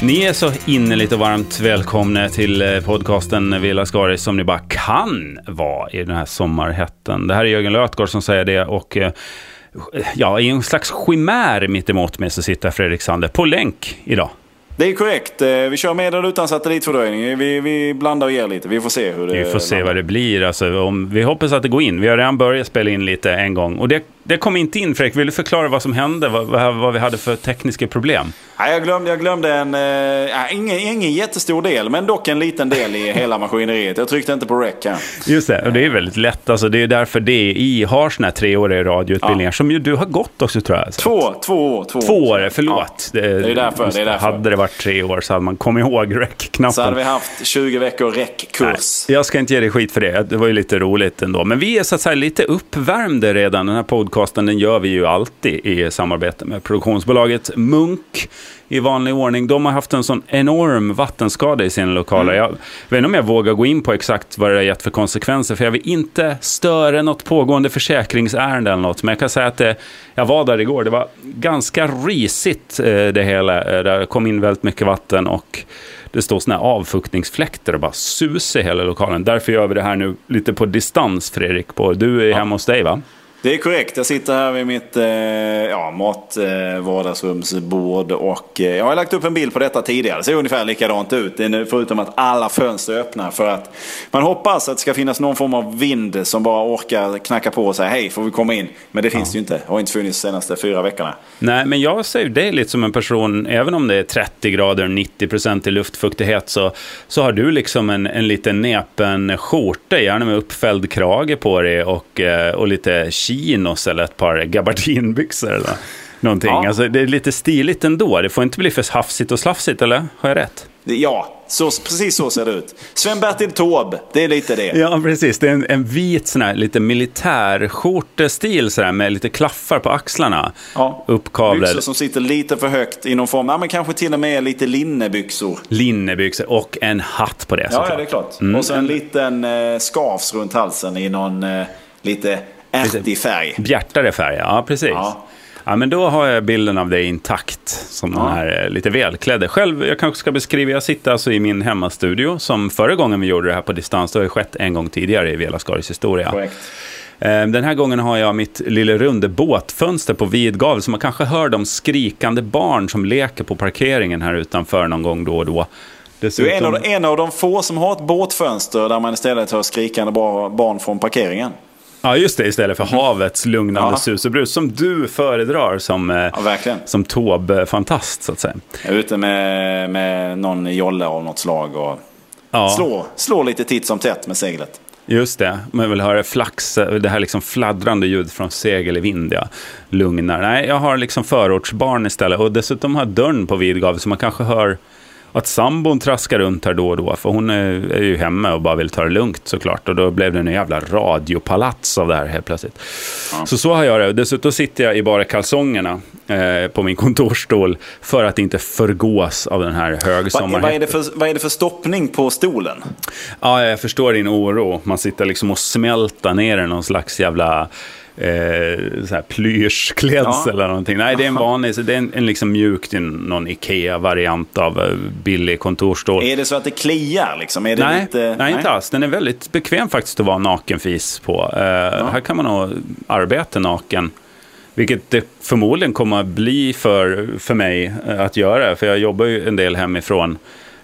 Ni är så innerligt och varmt välkomna till podcasten Villa Skaris som ni bara kan vara i den här sommarhetten. Det här är Jörgen Lötgård som säger det och ja, i en slags chimär mitt emot mig så sitter Fredrik Sander på länk idag. Det är korrekt. Vi kör med eller utan satellitfördröjning. Vi blandar och ger lite. Vi får se hur det... Vi får se vad det blir. Alltså, vi hoppas att det går in. Vi har redan börjat spela in lite en gång. Och det kom inte in, Fredrik. Vill du förklara vad som hände? Vad vi hade för tekniska problem? Ja, jag glömde ingen jättestor del, men dock en liten del i hela maskineriet. Jag tryckte inte på rec här. Just det, och det är väldigt lätt. Alltså, det är därför DI har såna här 3-åriga radioutbildningar som ju du har gått också, tror jag. Så. Två år, förlåt. Ja. Det är därför. Hade det varit 3 år så hade man kommit ihåg rec-knappen. Så hade vi haft 20 veckor rec-kurs. Jag ska inte ge dig skit för det. Det var ju lite roligt ändå. Men vi är så att säga lite uppvärmda redan. Den här podcasten, den gör vi ju alltid i samarbete med produktionsbolaget Munk i vanlig ordning. De har haft en sån enorm vattenskada i sina lokaler. Jag vet inte om jag vågar gå in på exakt vad det har gett för konsekvenser, för jag vill inte störa något pågående försäkringsärende eller något. Men jag kan säga att jag var där igår. Det var ganska risigt det hela. Där kom in väldigt mycket vatten och det står såna här avfuktningsfläkter och bara sus i hela lokalen. Därför gör vi det här nu lite på distans, Fredrik. Du är hemma hos dig, va? Det är korrekt. Jag sitter här vid mitt vardagsrumsbord och jag har lagt upp en bild på detta tidigare. Det ser ungefär likadant ut. Det är nu, förutom att alla fönster är öppna, för att man hoppas att det ska finnas någon form av vind som bara orkar knacka på och säga hej, får vi komma in? Men det finns ju inte. Det har inte funnits de senaste 4 veckorna. Nej, men jag säger det lite som en person, även om det är 30 grader, 90% i luftfuktighet, så har du liksom en liten näpen skjorta, gärna med uppfälld krage på dig och lite chinos eller ett par gabardinbyxor eller någonting. Ja. Alltså, det är lite stiligt ändå. Det får inte bli för hafsigt och slafsigt, eller? Har jag rätt? Ja, precis så ser det ut. Sven-Bertil Taube, det är lite det. Ja, precis. Det är en vit sån här lite militärskjortestil så här, med lite klaffar på axlarna. Ja, uppkavlade. Byxor som sitter lite för högt i någon form. Ja, men kanske till och med lite linnebyxor. Linnebyxor och en hatt på det. Ja, det är klart. Och så en liten skavs runt halsen i någon lite ärtig färg. Bjärtare färg, ja precis. Ja, men då har jag bilden av dig intakt som den här lite välklädde. Själv, jag kanske ska beskriva, jag sitter alltså i min hemmastudio som förra gången vi gjorde det här på distans. Det har ju skett en gång tidigare i Villa Skaris historia. Korrekt. Den här gången har jag mitt lilla runda båtfönster på vid gavel, så man kanske hör de skrikande barn som leker på parkeringen här utanför någon gång då och då. Dessutom... Du är en av de få som har ett båtfönster där man istället hör skrikande barn från parkeringen. Ja, just det, istället för havets lugnande sus och brus som du föredrar som Taube-fantast, så att säga. Jag är ute med någon jolle av något slag och slår lite titt som tätt med seglet. Just det, man vill höra det här liksom fladdrande ljud från segel i vind, lugnar. Nej, jag har liksom förortsbarn istället, och dessutom har dörren på vidgavel, så man kanske hör att sambon traskar runt här då och då, för hon är ju hemma och bara vill ta det lugnt såklart, och då blev det en jävla radiopalats av det här helt plötsligt. Ja. Så har jag det. Dessutom sitter jag i bara kalsongerna på min kontorsstol för att inte förgås av den här högsommarheten. Vad är det för stoppning på stolen? Ja, jag förstår din oro. Man sitter liksom och smälter ner i någon slags jävla så här plyschklädsel eller någonting. Nej, det är en vanlig, det är en liksom mjuk, någon Ikea-variant av billig kontorstol. Är det så att det kliar liksom? Är det nej, inte alls. Den är väldigt bekväm faktiskt att vara nakenfis på. Här kan man nog arbeta naken, vilket det förmodligen kommer att bli för mig att göra, för jag jobbar ju en del hemifrån.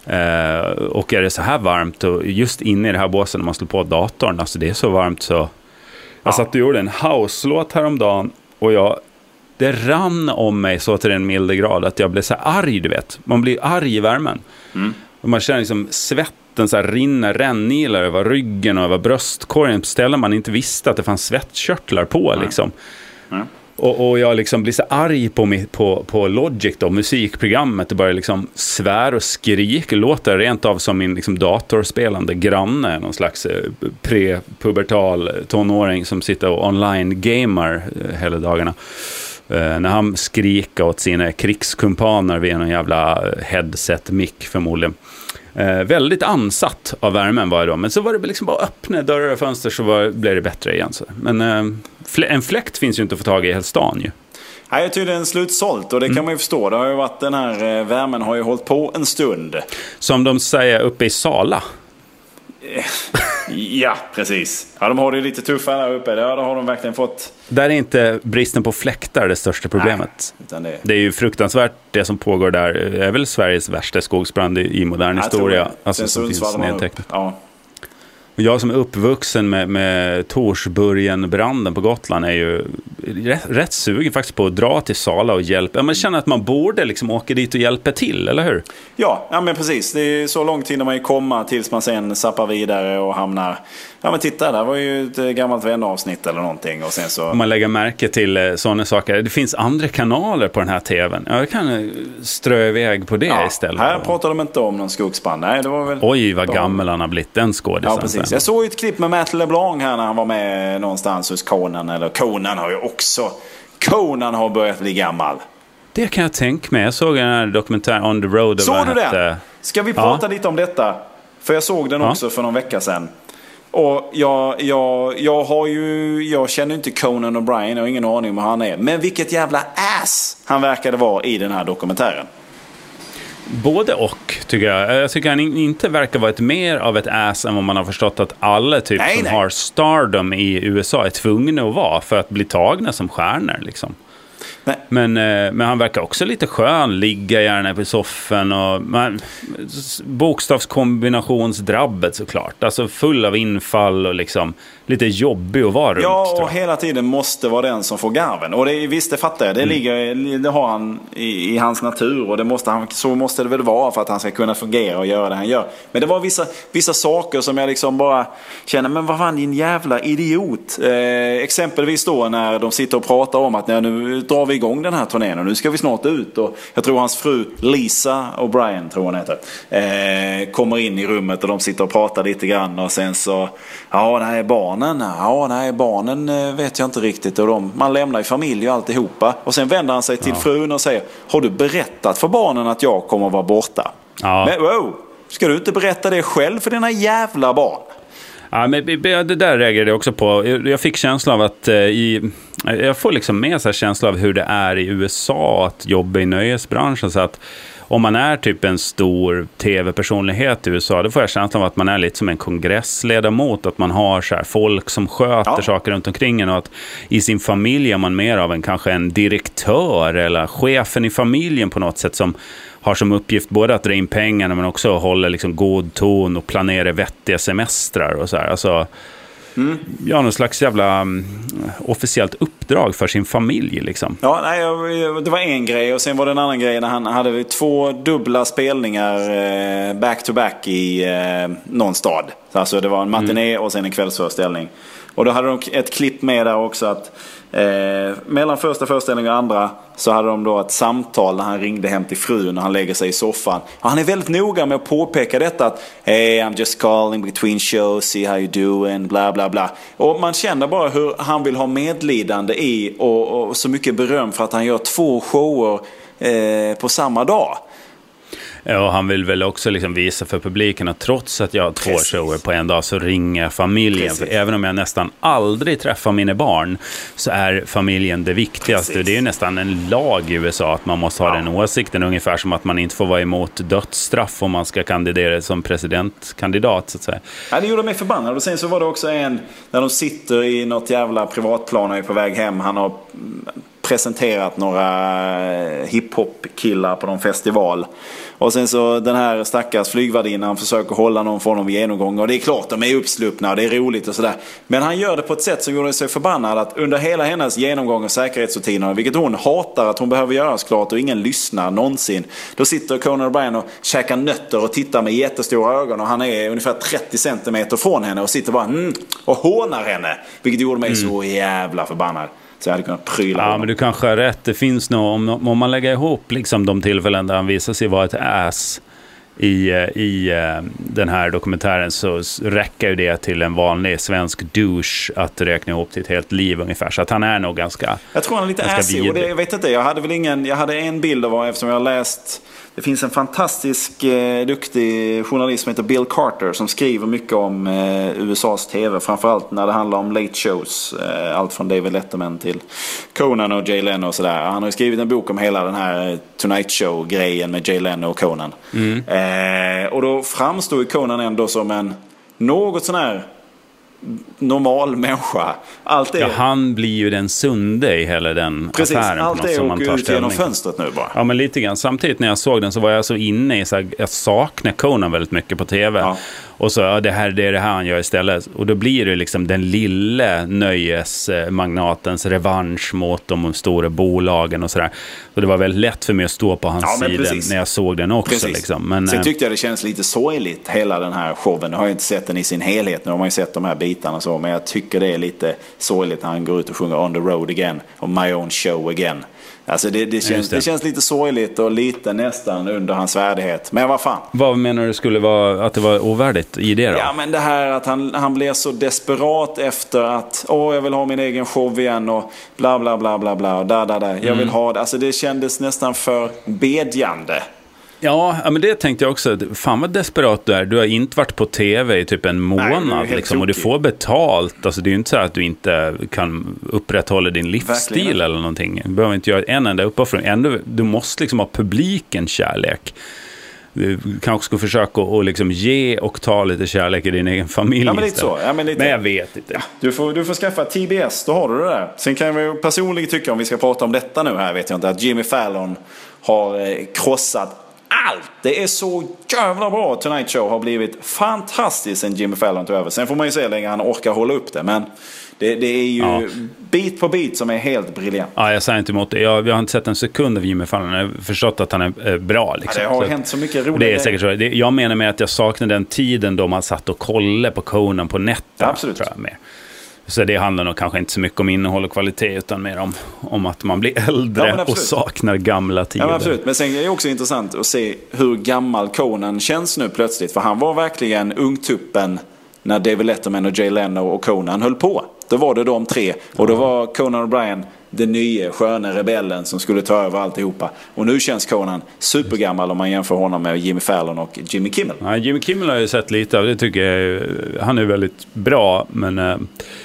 Och är det så här varmt och just inne i det här båsen när man slår på datorn, alltså det är så varmt så jag satt och gjorde en house-låt häromdagen och det rann om mig så till den milda grad att jag blev så arg, du vet. Man blir arg i värmen. Och man känner liksom svetten så här rännilar över ryggen och över bröstkorgen på ställen man inte visste att det fanns svettkörtlar på liksom. Och jag liksom blir så arg på Logic då, musikprogrammet, och börjar liksom svär och skrik, låter rent av som min liksom datorspelande granne, någon slags prepubertal tonåring som sitter och online-gamer hela dagarna. När han skriker åt sina krigskumpaner via någon jävla headset-mick förmodligen. Väldigt ansatt av värmen var det då. Men så var det liksom bara öppna dörrar och fönster, så blev det bättre igen. Så. Men en fläkt finns ju inte att få tag i hela stan ju. Nej, jag tycker det är slutsålt och det kan man ju förstå. Det har ju varit den här värmen har ju hållit på en stund. Som de säger uppe i Sala. Ja, precis. Ja, de har det ju lite tuffare där uppe. Där har de verkligen fått... Där är inte bristen på fläktar det största problemet. Nej, utan det är ju fruktansvärt det som pågår där. Det är väl Sveriges värsta skogsbrand i modern historia. Alltså som finns nedtecknat. Ja. Jag som är uppvuxen med Torsburgenbranden på Gotland är ju rätt sugen faktiskt på att dra till Sala och hjälpa. Man känner att man borde liksom åka dit och hjälpa till, eller hur? Ja, men precis. Det är så lång tid när man kommer tills man sen zappar vidare och hamnar... Ja, men titta, där var ju ett gammalt vänavsnitt eller någonting. Och sen så... Om man lägger märke till sådana saker. Det finns andra kanaler på den här tvn. Jag kan strö iväg på det istället. Här pratar de inte om någon skogsbrand. Nej, det var väl... Oj, vad gammal han har blivit, den skådisen. Ja, precis. Jag såg ett klipp med Matt LeBlanc här när han var med någonstans hos Conan. Eller Conan har ju också... Conan har börjat bli gammal. Det kan jag tänka mig. Jag såg den här dokumentären On the Road. Såg du den? Ska vi prata lite om detta? För jag såg den också för någon vecka sedan. Och jag känner inte Conan O'Brien, jag har ingen aning om hur han är. Men vilket jävla ass han verkade vara i den här dokumentären. Både och, tycker jag. Jag tycker han inte verkar vara mer av ett ass än vad man har förstått att alla som har stardom i USA är tvungna att vara för att bli tagna som stjärnor, liksom. Men han verkar också lite skön, ligga gärna på soffan och bokstavskombinationsdrabbet såklart, alltså full av infall och liksom lite jobbig att vara runt. Ja, och hela tiden måste vara den som får garven. Och det fattar jag, det har han i hans natur och så måste det väl vara för att han ska kunna fungera och göra det han gör. Men det var vissa saker som jag liksom bara känner, men vad fan, din jävla idiot. Exempelvis då när de sitter och pratar om att nu drar vi igång den här turnén och nu ska vi snart ut, och jag tror hans fru Lisa O'Brien, tror hon heter, kommer in i rummet och de sitter och pratar lite grann och sen så barnen vet jag inte riktigt, och man lämnar i familj och alltihopa, och sen vänder han sig till frun och säger, har du berättat för barnen att jag kommer att vara borta? Men wow, ska du inte berätta det själv för dina jävla barn? Ja, men det där reagerade jag också på. Jag fick känsla av att jag får liksom med sig känsla av hur det är i USA att jobba i nöjesbranschen, så att om man är typ en stor tv-personlighet i USA, då får jag känslan av att man är lite som en kongressledamot, att man har så här folk som sköter saker runt omkring en, och att i sin familj är man mer av kanske en direktör eller chefen i familjen på något sätt, som har som uppgift både att dra in pengarna men också att hålla liksom god ton och planera vettiga semestrar och så här. Alltså, någon slags jävla officiellt uppdrag för sin familj liksom. Ja, nej, det var en grej, och sen var det en annan grej när han hade 2 dubbla spelningar back to back i någon stad. Alltså det var en matiné och sen en kvällsföreställning. Och då hade de ett klipp med där också att mellan första föreställningen och andra så hade de då ett samtal när han ringde hem till frun och han lägger sig i soffan. Och han är väldigt noga med att påpeka detta att hey, I'm just calling between shows, see how you doing, bla bla bla. Och man känner bara hur han vill ha medlidande i och så mycket beröm för att han gör 2 shower på samma dag. Ja, och han vill väl också liksom visa för publiken att trots att jag har 2 shower på en dag så ringer familjen. Precis. För även om jag nästan aldrig träffar mina barn så är familjen det viktigaste. Precis. Det är ju nästan en lag i USA att man måste ha den åsikten, ungefär som att man inte får vara emot dödsstraff om man ska kandidera som presidentkandidat så att säga. Ja, det gjorde mig förbannad. Och sen så var det också en när de sitter i något jävla privatplan och är på väg hem. Han har presenterat några hiphop-killar på någon festival. Och sen så den här stackars flygvärdinnan försöker hålla någon form av genomgång. Och det är klart, de är uppsluppna och det är roligt och sådär. Men han gör det på ett sätt som gjorde sig förbannad att under hela hennes genomgång och säkerhetsrutiner, vilket hon hatar att hon behöver göra såklart och ingen lyssnar någonsin. Då sitter Conan O'Brien och käkar nötter och tittar med jättestora ögon och han är ungefär 30 centimeter från henne och sitter bara och hånar henne. Vilket gjorde mig så jävla förbannad. Så jag hade kunnat pryla honom. Men du kanske har rätt. Det finns nog, om man lägger ihop liksom de tillfällen där han visar sig vara ett ass i den här dokumentären, så räcker ju det till en vanlig svensk douche att räkna ihop till ett helt liv ungefär. Så att han är nog ganska... Jag tror han är lite assig, och det, jag vet inte, jag hade en bild av, eftersom jag har läst Det finns en fantastisk duktig journalist som heter Bill Carter som skriver mycket om USAs tv, framförallt när det handlar om late shows, allt från David Letterman till Conan och Jay Leno och sådär. Han har ju skrivit en bok om hela den här Tonight Show-grejen med Jay Leno och Conan. Och då framstår ju Conan ändå som en något sån här normal människa. Allt är... Ja, han blir ju den sunde i hela den affären. Allt är att gå ut genom fönstret nu bara. Ja, men lite grann. Samtidigt när jag såg den så var jag så inne i så här, jag saknar Conan väldigt mycket på tv. Ja. Och så, det är det här han gör istället. Och då blir det liksom den lille nöjesmagnatens revansch mot de stora bolagen och sådär. Så det var väldigt lätt för mig att stå på hans sida när jag såg den också. Liksom. Men, sen tyckte jag det känns lite sorgligt, hela den här showen. Nu har jag inte sett den i sin helhet. Nu har man ju sett de här bitarna så. Men jag tycker det är lite sorgligt när han går ut och sjunger On the Road Again och My Own Show Again. Alltså det känns lite sorgligt och lite nästan under hans värdighet. Men vad fan? Vad menar du skulle vara att det var ovärdigt i det då? Ja, men det här att han blev så desperat efter att jag vill ha min egen show igen och bla bla bla bla bla och där. Jag vill ha det. Alltså det kändes nästan för bedjande. Ja, men det tänkte jag också. Fan vad desperat du är. Du har inte varit på tv i typ en månad liksom, och du får betalt. Alltså det är ju inte så att du inte kan upprätthålla din livsstil eller någonting. Du behöver inte göra en enda uppoffring. Du måste liksom ha publiken kärlek. Du kanske ska försöka att liksom ge och ta lite kärlek i din egen familj. Ja, men lite så. Ja, men jag vet inte. Ja, du får skaffa TBS, då har du det där. Sen kan vi personligen tycka, om vi ska prata om detta nu här, vet jag inte, att Jimmy Fallon har krossat allt. Det är så jävla bra. Tonight Show har blivit fantastiskt sen Jimmy Fallon tog över. Sen får man ju se hur länge han orkar hålla upp det. Men det är ju bit på bit som är helt briljant. Ja, jag säger inte emot det. Jag har inte sett en sekund av Jimmy Fallon. Jag har förstått att han är bra. Liksom. Ja, det har hänt så mycket roligt. Det är säkert så. Jag menar med att jag saknar den tiden då man satt och kollade på Conan på nätet. Absolut. Tror jag, med. Så det handlar nog kanske inte så mycket om innehåll och kvalitet utan mer om att man blir äldre och saknar gamla tider. Ja, absolut. Men sen är det också intressant att se hur gammal Conan känns nu plötsligt. För han var verkligen ungtuppen när David Letterman och Jay Leno och Conan höll på. Då var det de tre. Och då var Conan O'Brien den nya sköna rebellen som skulle ta över alltihopa. Och nu känns Conan supergammal om man jämför honom med Jimmy Fallon och Jimmy Kimmel. Ja, Jimmy Kimmel har jag sett lite av. Det tycker jag, han är väldigt bra, men...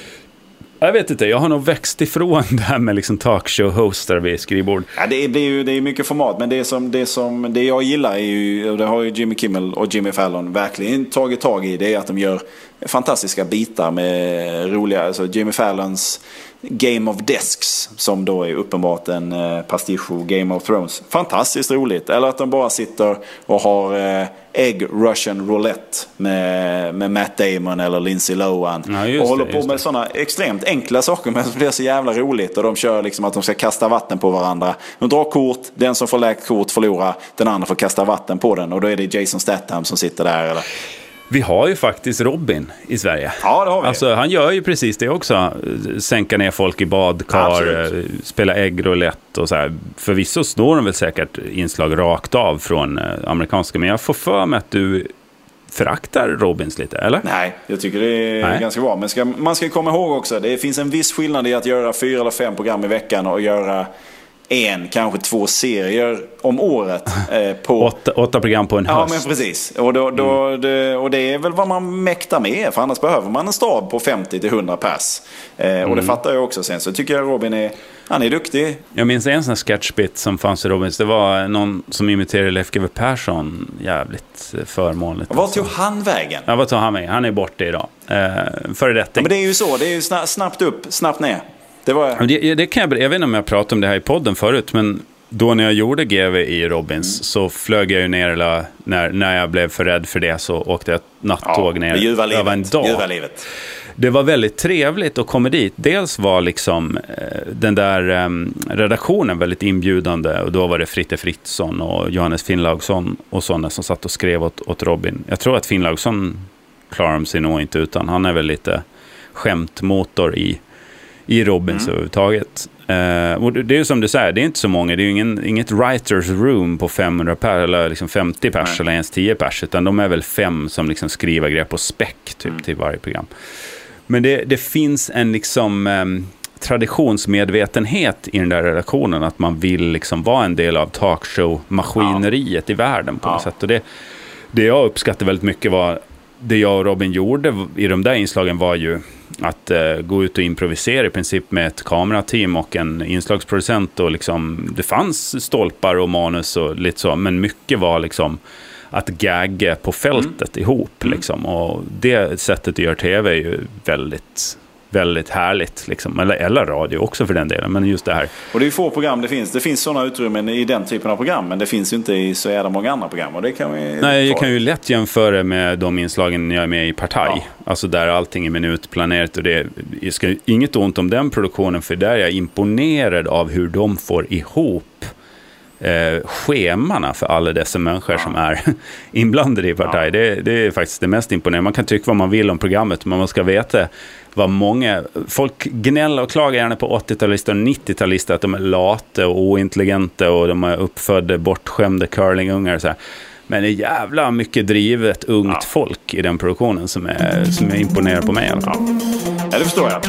Jag vet inte, jag har nog växt ifrån det här med liksom talkshow-hostar vid skrivbord. Ja, det är mycket format, men det jag gillar är ju, och det har ju Jimmy Kimmel och Jimmy Fallon verkligen tagit tag i, det är att de gör fantastiska bitar med roliga, alltså Jimmy Fallons Game of Desks, som då är uppenbart en pastisch Game of Thrones. Fantastiskt roligt. Eller att de bara sitter och har Egg Russian Roulette med Matt Damon eller Lindsay Lohan. Ja, och håller på med sådana extremt enkla saker, men det blir så jävla roligt. Och de kör liksom att de ska kasta vatten på varandra. De drar kort, den som får läkt kort förlorar, den andra får kasta vatten på den. Och då är det Jason Statham som sitter där eller... Vi har ju faktiskt Robin i Sverige. Ja, det har vi. Alltså, han gör ju precis det också. Sänka ner folk i badkar, spela äggroulette och så här. Förvisso snår de väl säkert inslag rakt av från amerikanska. Men jag får för mig att du föraktar Robins lite, eller? Nej, jag tycker det är ganska bra. Men man ska komma ihåg också, det finns en viss skillnad i att göra 4 eller 5 program i veckan och göra kanske 2 serier om året på 8 program på en höst. Ja, men precis. Och det är väl vad man mäktar med, för annars behöver man en stab på 50-100 pers. Och det fattar jag också sen. Så tycker jag Robin han är duktig. Jag minns en sån här sketchbit som fanns i Robins. Det var någon som imiterade Leif GW Persson jävligt förmånligt. Vad tog han vägen? Ja, vad tog han vägen? Han är borta idag. Före detta. Ja, men det är ju så. Det är ju snabbt upp, snabbt ner. Det kan jag vet inte om jag pratade om det här i podden förut, men då när jag gjorde GV i Robins så flög jag ju ner, när jag blev för rädd för det så åkte jag ett nattåg ner över en dag. Det var väldigt trevligt att komma dit. Dels var liksom den där redaktionen väldigt inbjudande, och då var det Fritte Fritzson och Johannes Finnlaugsson och sådana som satt och skrev åt Robin. Jag tror att Finnlaugsson klarar sig nog inte utan. Han är väl lite skämtmotor i Robins överhuvudtaget. Och det är ju som du säger, det är inte så många. Det är ju inget writers room på 500 pers eller liksom 50 pers eller ens 10 pers, utan de är väl 5 som liksom skriver grejer på späck typ till varje program. Men det finns en liksom traditionsmedvetenhet i den där redaktionen, att man vill liksom vara en del av talkshow-maskineriet i världen på något sätt. Och det jag uppskattade väldigt mycket var, det jag och Robin gjorde i de där inslagen var ju att gå ut och improvisera i princip med ett kamerateam och en inslagsproducent, och liksom, det fanns stolpar och manus och lite så, men mycket var liksom att gagga på fältet ihop liksom. Och det sättet att göra tv är ju väldigt, väldigt härligt liksom. Eller radio också för den delen, men just det här. Och det är ju få program det finns sådana utrymmen i den typen av program, men det finns ju inte i så jävla många andra program, och det kan vi... Nej, jag kan ju lätt jämföra med de inslagen jag är med i Partaj. Alltså där allting är minutplanerat, och det ska inget ont om den produktionen, för där är jag imponerad av hur de får ihop schemana för alla dessa människor som är inblandade i Partaj. Det är faktiskt det mest imponerande. Man kan tycka vad man vill om programmet, men man ska veta vad många... Folk gnäller och klagar gärna på 80-talister och 90-talister att de är lata och ointelligenta och de är uppfödda, bortskämda curlingungar och så här. Men det är jävla mycket drivet ungt folk i den produktionen som är imponerad på mig i alla fall. Ja, det förstår jag.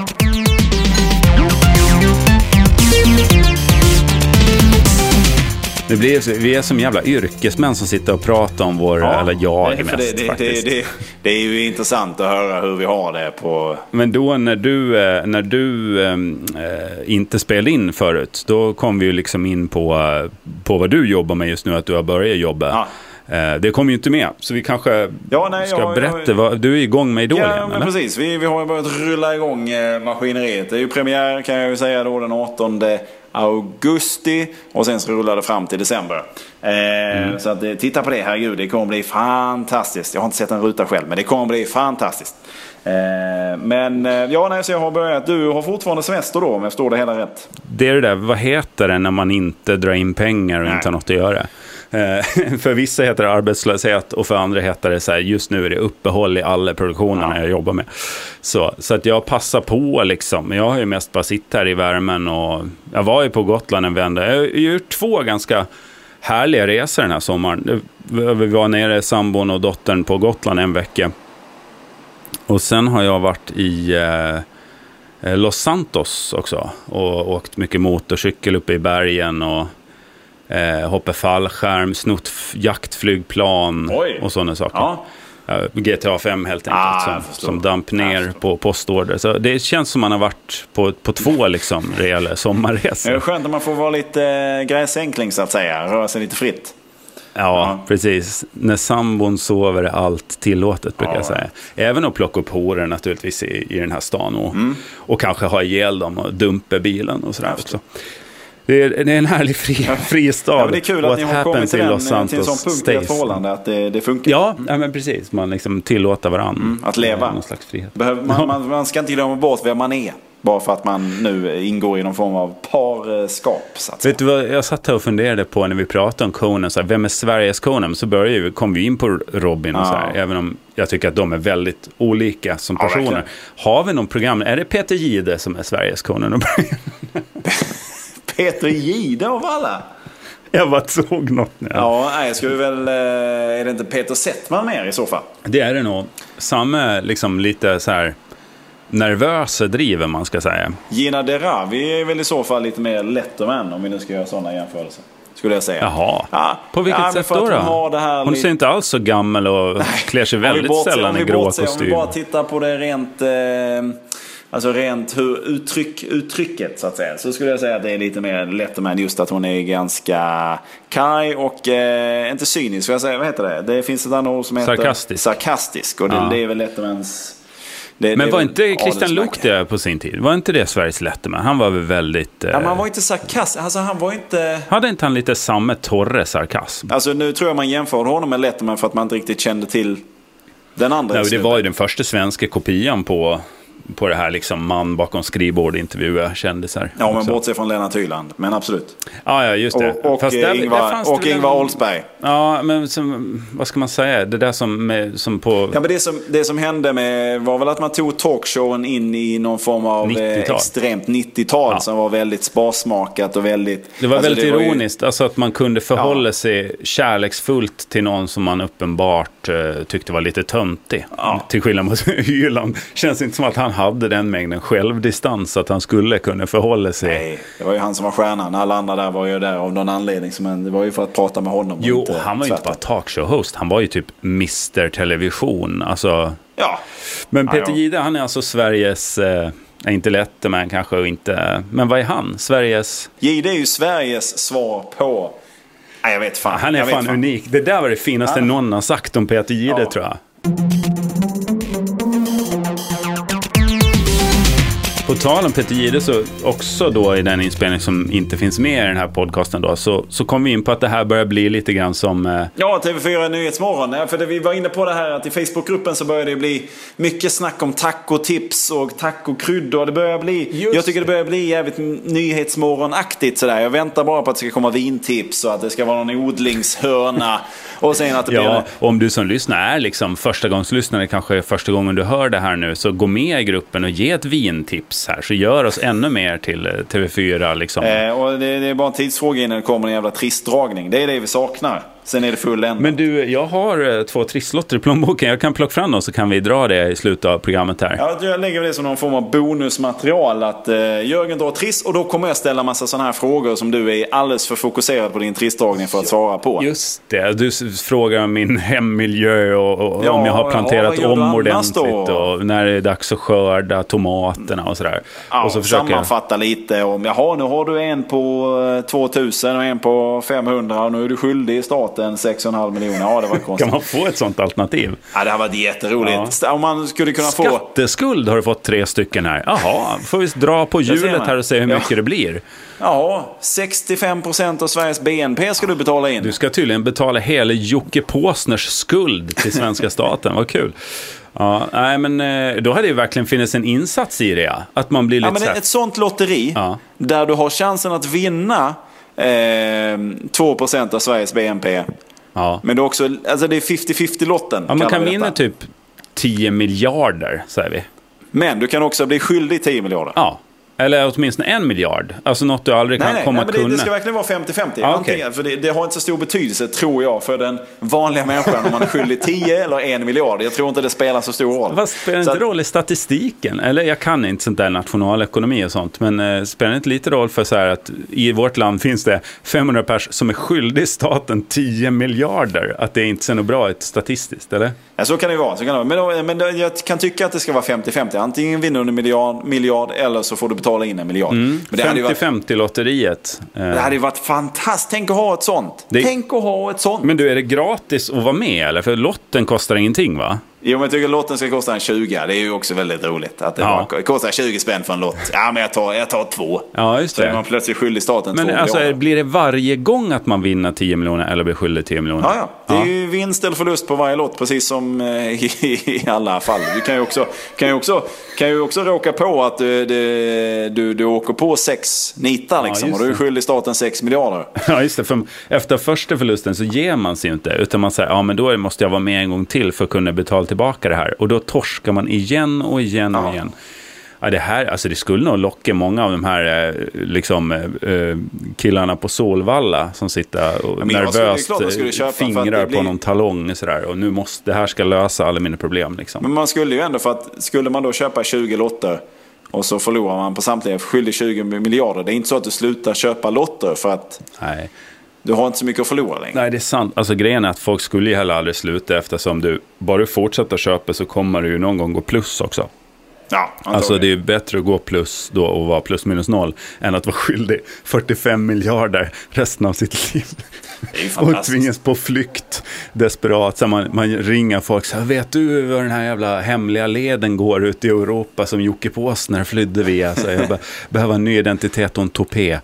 Vi är som jävla yrkesmän som sitter och pratar om eller jag mest faktiskt. Det är ju intressant att höra hur vi har det på... Men då när du inte spelade in förut, då kom vi ju liksom in på vad du jobbar med just nu, att du har börjat jobba. Det kommer ju inte med, så vi kanske ska berätta vad du är igång med Idol igen, men precis, vi har ju börjat rulla igång maskineriet. Det är ju premiär, kan jag ju säga då, den 18 augusti, och sen så rullar det fram till december. Så att, titta på det, herregud, det kommer bli fantastiskt. Jag har inte sett en ruta själv, men det kommer bli fantastiskt. Så jag har börjat. Du har fortfarande semester då, om jag står det hela rätt. Det är det där, vad heter det när man inte drar in pengar och inte har något att göra? För vissa heter det arbetslöshet, och för andra heter det så här, just nu är det uppehåll i alla produktionerna jag jobbar med. Så att jag passar på liksom. Jag har ju mest bara sitt här i värmen, och jag var ju på Gotland en vända. Jag har gjort 2 ganska härliga resor den här sommaren. Vi var nere, sambon och dottern, på Gotland en vecka. Och sen har jag varit i Los Santos också och åkt mycket motorcykel uppe i bergen och hoppa fallskärm, snott jaktflygplan och sådana saker. GTA 5 helt enkelt som damp ner på postorder. Så det känns som man har varit på 2 liksom rejäla sommarresor. Det är skönt att man får vara lite gräsänkling så att säga, röra sig lite fritt. Ja, precis. När sambon sover är allt tillåtet, brukar jag säga. Även att plocka upp håren naturligtvis i den här stan och kanske ha ihjäl dem och dumpa bilen och sådär också. Det är en härlig fri stad. Ja, det är kul att ni har kommit till en sån punkt i ett förhållande att det funkar. Ja, men precis. Man liksom tillåter varandra att leva. Någon slags frihet. Man ska inte glömma bort vem man är, bara för att man nu ingår i någon form av parskap. Så att säga. Vet du vad jag satt här och funderade på när vi pratade om Conan, så här, vem är Sveriges Conan? Så kom vi in på Robin och så här, även om jag tycker att de är väldigt olika som personer. Verkligen. Har vi någon program? Är det Peter Jihde som är Sveriges Conan? Peter Jihde av alla? Jag bara såg något nu. Jag skulle väl... Är det inte Peter Settman mer i så fall? Det är det nog. Samma liksom lite så här nervösa driver, man ska säga. Gina Derawi är väl i så fall lite mer Letterman, om vi nu ska göra sådana jämförelser, skulle jag säga. Jaha. På vilket sätt då? Hon ser inte alls så gammal och klär sig väldigt sällan i grå kostym. Om vi bara tittar på det rent uttrycket så att säga, så skulle jag säga att det är lite mer Letterman, just att hon är ganska kaj och inte cynisk, ska jag säga. Vad heter det? Det finns ett annat ord som heter sarkastisk, och det är väl Lettermans. Men var inte Christian Luuk det på sin tid? Var inte det Sveriges Letterman? Han var väl väldigt... men han var inte sarkastisk. Alltså han var inte... Hade inte han lite samma torre sarkasm? Alltså nu tror jag man jämför honom med Letterman för att man inte riktigt kände till den andra. Nej, det var ju den första svenska kopian på det här liksom man bakom skrivbord intervjua kändisar. Ja, men bortse från Lennart Hyland, men absolut. Ja, just det. Och Ingvar Oldsberg. Ja, men vad ska man säga? Det där som på... Ja, men det som hände var väl att man tog talkshowen in i någon form av 90-tal. Extremt 90-tal som var väldigt sparsmakat och väldigt... Det var väldigt ironiskt, alltså att man kunde förhålla sig kärleksfullt till någon som man uppenbart tyckte var lite töntig. Till skillnad mot Hyland. Känns inte som att han hade den mängden självdistans att han skulle kunna förhålla sig. Nej, det var ju han som var stjärnan. Alla andra där var ju där av någon anledning. Det var ju för att prata med honom. Jo, han var ju inte bara talkshow-host. Han var ju typ Mr. Television. Alltså... Ja. Men Peter Jihde, han är alltså Sveriges... inte Letterman kanske och inte... Men vad är han? Sveriges... Jihde är ju Sveriges svar på... Nej, jag vet fan. Han är fan unik. Det där var det finaste någon har sagt om Peter Jihde, tror jag. På tal om Peter Jihde, så också då i den inspelning som inte finns med i den här podcasten då, så kom vi in på att det här börjar bli lite grann som... Ja, TV4 Nyhetsmorgon. För vi var inne på det här att i Facebookgruppen så börjar det bli mycket snack om tacotips och tacokryddor. Det börjar bli... Jag tycker det börjar bli jävligt Nyhetsmorgon-aktigt sådär. Jag väntar bara på att det ska komma vintips och att det ska vara någon odlingshörna. Och sen att det blir... om du som lyssnar är liksom förstagångslyssnare, kanske första gången du hör det här nu, så gå med i gruppen och ge ett vintips här, så gör oss ännu mer till TV4 liksom. Och det är bara en tidsfråga innan det kommer en jävla tristdragning. Det är det vi saknar. Sen är det full ända. Men du, jag har 2 trisslotter i plånboken. Jag kan plocka fram dem så kan vi dra det i slutet av programmet här. Ja, jag lägger det som någon form av bonusmaterial att Jörgen drar triss och då kommer jag ställa massa sådana här frågor som du är alldeles för fokuserad på din trissdragning för att svara på. Just det, du frågar om min hemmiljö och om jag har planterat om ordentligt och när det är dags att skörda tomaterna och sådär. Ja, och så försöker sammanfatta lite om, nu har du en på 2000 och en på 500 och nu är du skyldig i staten 6,5 miljoner. Ja, det var konstigt. Kan man få ett sånt alternativ? Ja, det har varit jätteroligt. Ja. Om man skulle kunna få... Skatteskuld har du fått 3 stycken här. Jaha, får vi dra på hjulet här och se hur mycket det blir. Ja, 65% av Sveriges BNP ska du betala in. Du ska tydligen betala hela Jocke Påsners skuld till svenska staten. Vad kul. Ja, nej, men då hade det verkligen funnits en insats i det. Att man blir lite men ett sånt lotteri där du har chansen att vinna 2% av Sveriges BNP. Ja. Men det är också, alltså det är 50-50 lotten. Ja, man kan vinna typ 10 miljarder, säger vi. Men du kan också bli skyldig 10 miljarder. Ja. Eller åtminstone 1 miljard. Alltså något du aldrig kan komma att kunna. Det ska verkligen vara 50-50. Okay. För det har inte så stor betydelse, tror jag, för den vanliga människan om man är skyldig 10 eller 1 miljard. Jag tror inte det spelar så stor roll. Vad spelar inte roll i statistiken? Eller jag kan inte sånt där nationalekonomi och sånt. Men spelar inte lite roll för så här att i vårt land finns det 500 pers som är skyldig staten 10 miljarder. Att det inte ser något bra ut statistiskt, eller? Ja, så kan det vara. Men jag kan tycka att det ska vara 50-50. Antingen vinner du en miljard eller så får du betala in 1 miljard. Men det 50-50-lotteriet. Det hade ju varit fantastiskt. Tänk att ha ett sånt. Men du, är det gratis att vara med? Eller? För lotten kostar ingenting, va? Jo, men jag tycker lotten ska kosta en 20. Det är ju också väldigt roligt. Att det kostar 20 spänn för en lott. Ja, men jag tar 2. Ja, just det. Så är man plötsligt skyldig staten 2 miljoner. Men alltså, blir det varje gång att man vinner 10 miljoner eller blir skyldig 10 miljoner? Ja. Det är ju vinst eller förlust på varje lott, precis som i alla fall. Du kan ju också råka på att du åker på 6 nitar liksom, och du är skyldig staten 6 miljarder. Ja, just det. För efter första förlusten så ger man sig inte, utan man säger, men då måste jag vara med en gång till för att kunna betala tillbaka det här. Och då torskar man igen och igen och igen. Ja, det här, alltså det skulle nog locka många av de här killarna på Solvalla som sitter och nervöst fingrar på någon talong och sådär. Och nu det här ska lösa alla mina problem liksom. Men man skulle ju ändå, för att skulle man då köpa 20 lotter och så förlorar man på samtliga skyldig 20 miljarder. Det är inte så att du slutar köpa lotter för att... Nej. Du har inte så mycket att förlora längre. Nej, det är sant. Alltså grejen är att folk skulle ju heller aldrig sluta, eftersom du bara fortsätter köpa så kommer du ju någon gång gå plus också. Ja, alltså det är bättre att gå plus då och vara plus minus noll än att vara skyldig 45 miljarder resten av sitt liv. Det är ju fantastiskt. Och tvingas på flykt desperat. Så man ringer folk så här, vet du var den här jävla hemliga leden går ut i Europa som Jocke Påsner flydde via? Så jag behöver en ny identitet och en topé.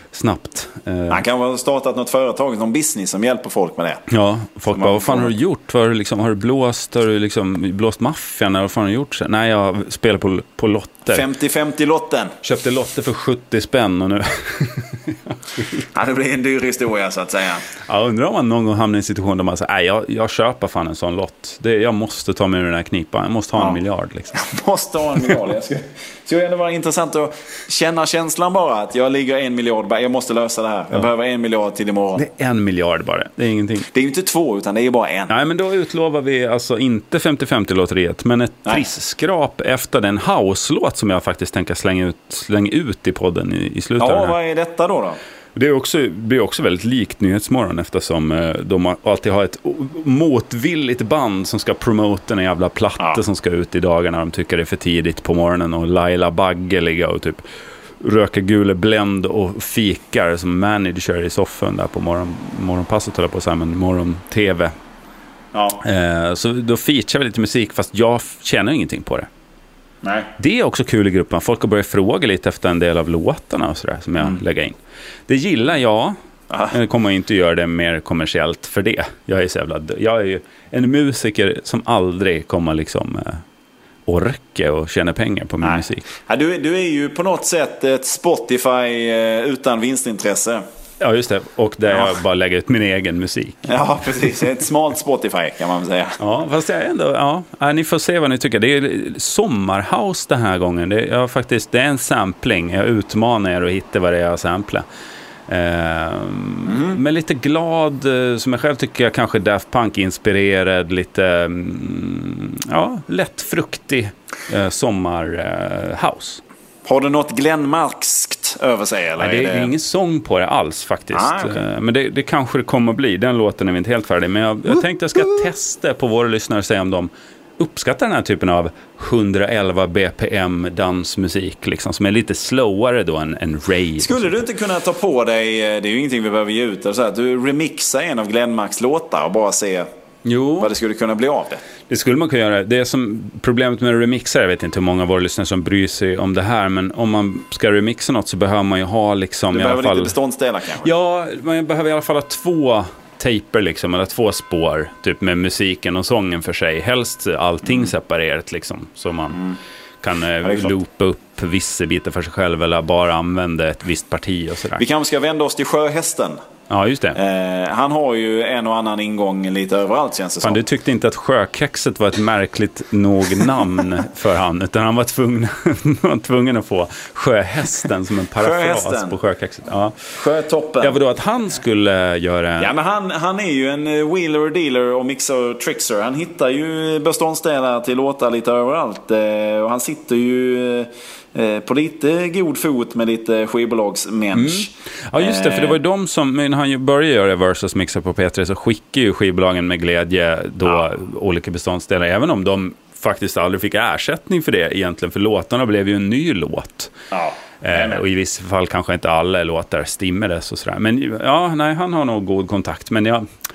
snabbt. Han kan ha startat något företag, någon business som hjälper folk med det. Ja, folk bara, vad fan har du gjort? Har du blåst maffian? Vad fan har du gjort? Nej, jag spelar på lotter. 50-50 lotten. Köpte lotter för 70 spänn och nu... Ja, det blir en dyr historia så att säga. Jag undrar om man någon gång hamnar i en situation där man säger, nej, jag köper fan en sån lott. Jag måste ta mig ur den här knipan. Jag måste ha en miljard. Liksom. Jag måste ha en miljard. Det skulle ändå vara intressant att känna känslan bara att jag ligger 1 miljard. Jag måste lösa det här. Jag behöver 1 miljard till imorgon. Det är 1 miljard bara. Det är ingenting. Det är ju inte 2 utan det är ju bara 1. Nej, men då utlovar vi alltså inte 50-50-lotteriet, men ett prisskrap efter den house-låt som jag faktiskt tänker slänga ut i podden i slutet. Ja, vad är detta då? Det blir också väldigt likt Nyhetsmorgon eftersom de alltid har ett motvilligt band som ska promota en jävla platta som ska ut i dagarna. De tycker det är för tidigt på morgonen och Laila Bagge ligga och typ röka gule Blend och fikar som manager i soffan där på morgonpasset håller på så här, men morgon-tv. Ja. Så då featurear vi lite musik fast jag känner ingenting på det. Nej. Det är också kul i gruppen. Folk har börjat fråga lite efter en del av låtarna och sådär som jag lägger in. Det gillar jag. Jag kommer inte göra det mer kommersiellt för det. Jag är ju en musiker som aldrig kommer liksom orka och tjäna pengar på min musik. Ja, du är ju på något sätt ett Spotify utan vinstintresse. Ja, just det. Och där jag bara lägger ut min egen musik. Ja, precis. Ett smalt Spotify kan man säga. Ja, fast jag ändå... Ja, ni får se vad ni tycker. Det är sommarhouse den här gången. Det är en sampling. Jag utmanar er att hitta vad det är jag samplar. Men lite glad, som jag själv tycker jag kanske Daft Punk-inspirerad. Lite lätt fruktig sommarhouse. Har du något Glenmarkskt över sig? Eller? Nej, det är ingen sång på det alls faktiskt. Okay. Men det kanske det kommer att bli. Den låten är vi inte helt färdig. Men jag tänkte jag ska testa på våra lyssnare och säga om de uppskattar den här typen av 111 bpm dansmusik liksom, som är lite sloware då än rave. Skulle du inte kunna ta på dig, det är ju ingenting vi behöver ge ut, så att du remixar en av Glenmarks låtar och bara se vad det skulle kunna bli av det? Det skulle man kunna göra. Det är som problemet med remixar, jag vet inte hur många av våra lyssnare som bryr sig om det här, men om man ska remixa något så behöver man ju ha liksom du i alla fall lite beståndsdelar kanske? Ja, man behöver i alla fall ha 2 taper liksom, eller 2 spår typ med musiken och sången för sig. Helst allting separerat liksom, så man kan loopa upp vissa bitar för sig själv eller bara använda ett visst parti och sådär. Vi kanske ska vända oss till Sjöhästen. Ja, just det. Han har ju en och annan ingång lite överallt, känns det som. Du tyckte inte att Sjökexet var ett märkligt nog namn för han, utan han var tvungen att få Sjöhästen som en parafras på Sjökexet. Ja. Sjötoppen. Ja, vadå, att han skulle göra... Ja, men han är ju en wheeler, dealer och mixer och trickser. Han hittar ju beståndsdelar till låtar lite överallt. Och han sitter ju... på lite god fot med lite skivbolagsmensch. Ja, just det, för det var ju de som, när han började göra versus mixar på P3 så skickade ju skivbolagen med glädje då olika beståndsdelar, även om de faktiskt aldrig fick ersättning för det egentligen, för låtarna blev ju en ny låt. Och i vissa fall kanske inte alla låtar stimmades och sådär. Men han har nog god kontakt, men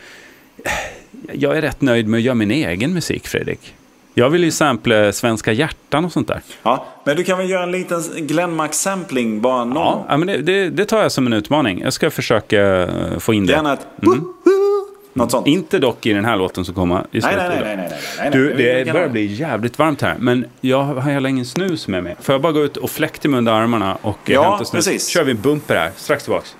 jag är rätt nöjd med att göra min egen musik, Fredrik. Jag vill ju sampla Svenska hjärtan och sånt där. Ja, men du kan väl göra en liten Glenmark-sampling bara någon? Ja, men det tar jag som en utmaning. Jag ska försöka få in det. Gärna ett något sånt. Inte dock i den här låten som kommer i slutet. Nej. Det börjar bli jävligt varmt här. Men jag har heller ingen snus med mig. Får jag bara gå ut och fläkta mig under armarna och hämta snus? Precis. Kör vi en bumper här. Strax tillbaks.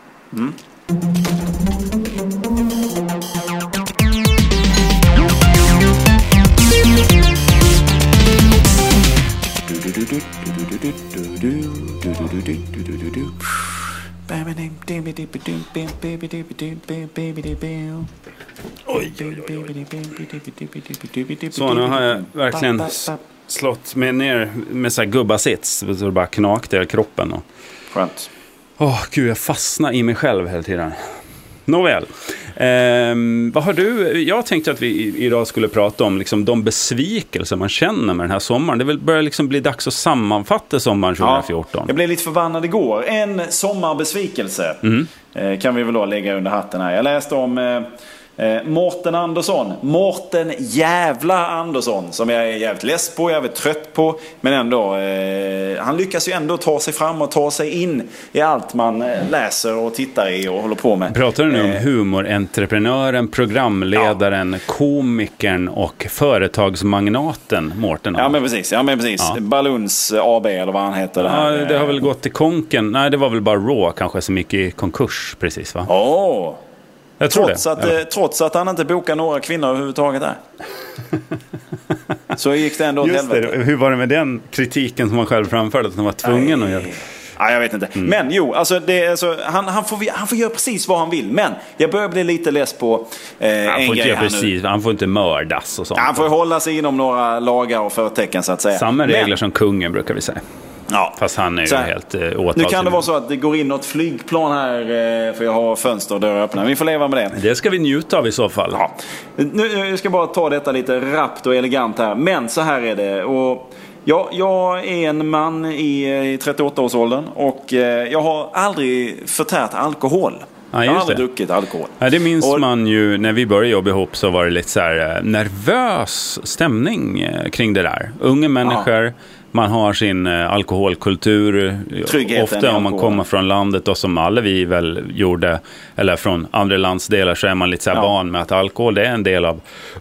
Så nu har jag verkligen slått mig ner med så här gubbasits, så det bara knakte i kroppen. Skönt. Gud, jag fastnar i mig själv hela tiden. Nåväl. Vad har du? Jag tänkte att vi idag skulle prata om liksom de besvikelser man känner med den här sommaren. Det börjar liksom bli dags att sammanfatta sommaren 2014. Ja, jag blev lite förbannad igår. En sommarbesvikelse kan vi väl då lägga under hatten här. Jag läste om Mårten Andersson. Mårten jävla Andersson. Som jag är jävligt less på, jävligt trött på. Men ändå, han lyckas ju ändå ta sig fram och ta sig in i allt man läser och tittar i och håller på med. Pratar du nu om humorentreprenören, programledaren, komikern och företagsmagnaten Mårten? Ja men precis, Ja. Baluns AB eller vad han heter. Det har väl gått till konken. Nej, det var väl bara Raw kanske som gick i konkurs precis, va? Jag tror trots att han inte bokar några kvinnor överhuvudtaget där. Så gick det ändå åt helvete. Hur var det med den kritiken som han själv framförde att han var tvungen att göra? Ja, jag vet inte. Men jo, alltså, han får göra precis vad han vill. Men jag börjar bli lite less på han får inte göra precis. Han får inte mördas och sånt. Han får hålla sig inom några lagar och förtecken så att säga. Samma regler som kungen brukar vi säga. Ja. Fast han är ju helt åtalad. Nu kan det vara så att det går in något flygplan här för jag har fönster och dörrar öppna. Vi får leva med det. Det ska vi njuta av i så fall. Ja. Nu ska jag bara ta detta lite rappt och elegant här. Men så här är det. Och jag är en man i 38-årsåldern och jag har aldrig förtärt alkohol. Ja, jag har aldrig druckit alkohol. Ja, det minns man ju när vi började jobba ihop, så var det lite så här nervös stämning kring det där. Unga människor, man har sin alkoholkultur. Tryggheten ofta om man kommer från landet och som alla vi väl gjorde, eller från andra landsdelar, så är man lite så här van med att alkohol är en del av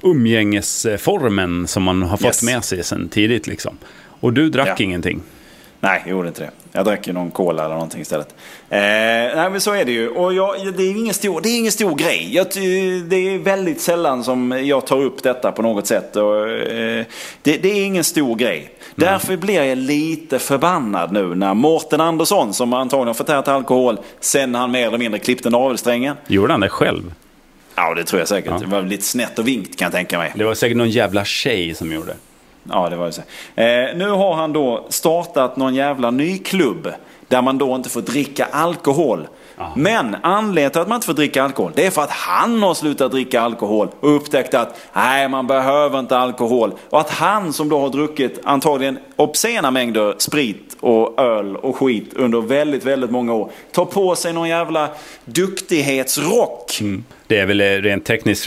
umgängesformen som man har fått med sig sedan tidigt liksom. Och du drack ingenting. Nej, jag gjorde inte det. Jag drack ju någon cola eller någonting istället. Nej, men så är det ju. Och det är ingen stor grej. Det är väldigt sällan som jag tar upp detta på något sätt. Och, det är ingen stor grej. Därför blir jag lite förbannad nu när Mårten Andersson, som antagligen förtärt alkohol sen han mer eller mindre klippte navelsträngen. Gjorde han det själv? Ja, det tror jag säkert. Det var lite snett och vinkt, kan jag tänka mig. Det var säkert någon jävla tjej som gjorde det. Ja, det var ju så. Nu har han då startat någon jävla ny klubb där man då inte får dricka alkohol. Men anledningen till att man inte får dricka alkohol, det är för att han har slutat dricka alkohol och upptäckt att nej, man behöver inte alkohol. Och att han, som då har druckit antagligen obscena mängder sprit och öl och skit under väldigt, väldigt många år, tar på sig någon jävla duktighetsrock. Det är väl rent tekniskt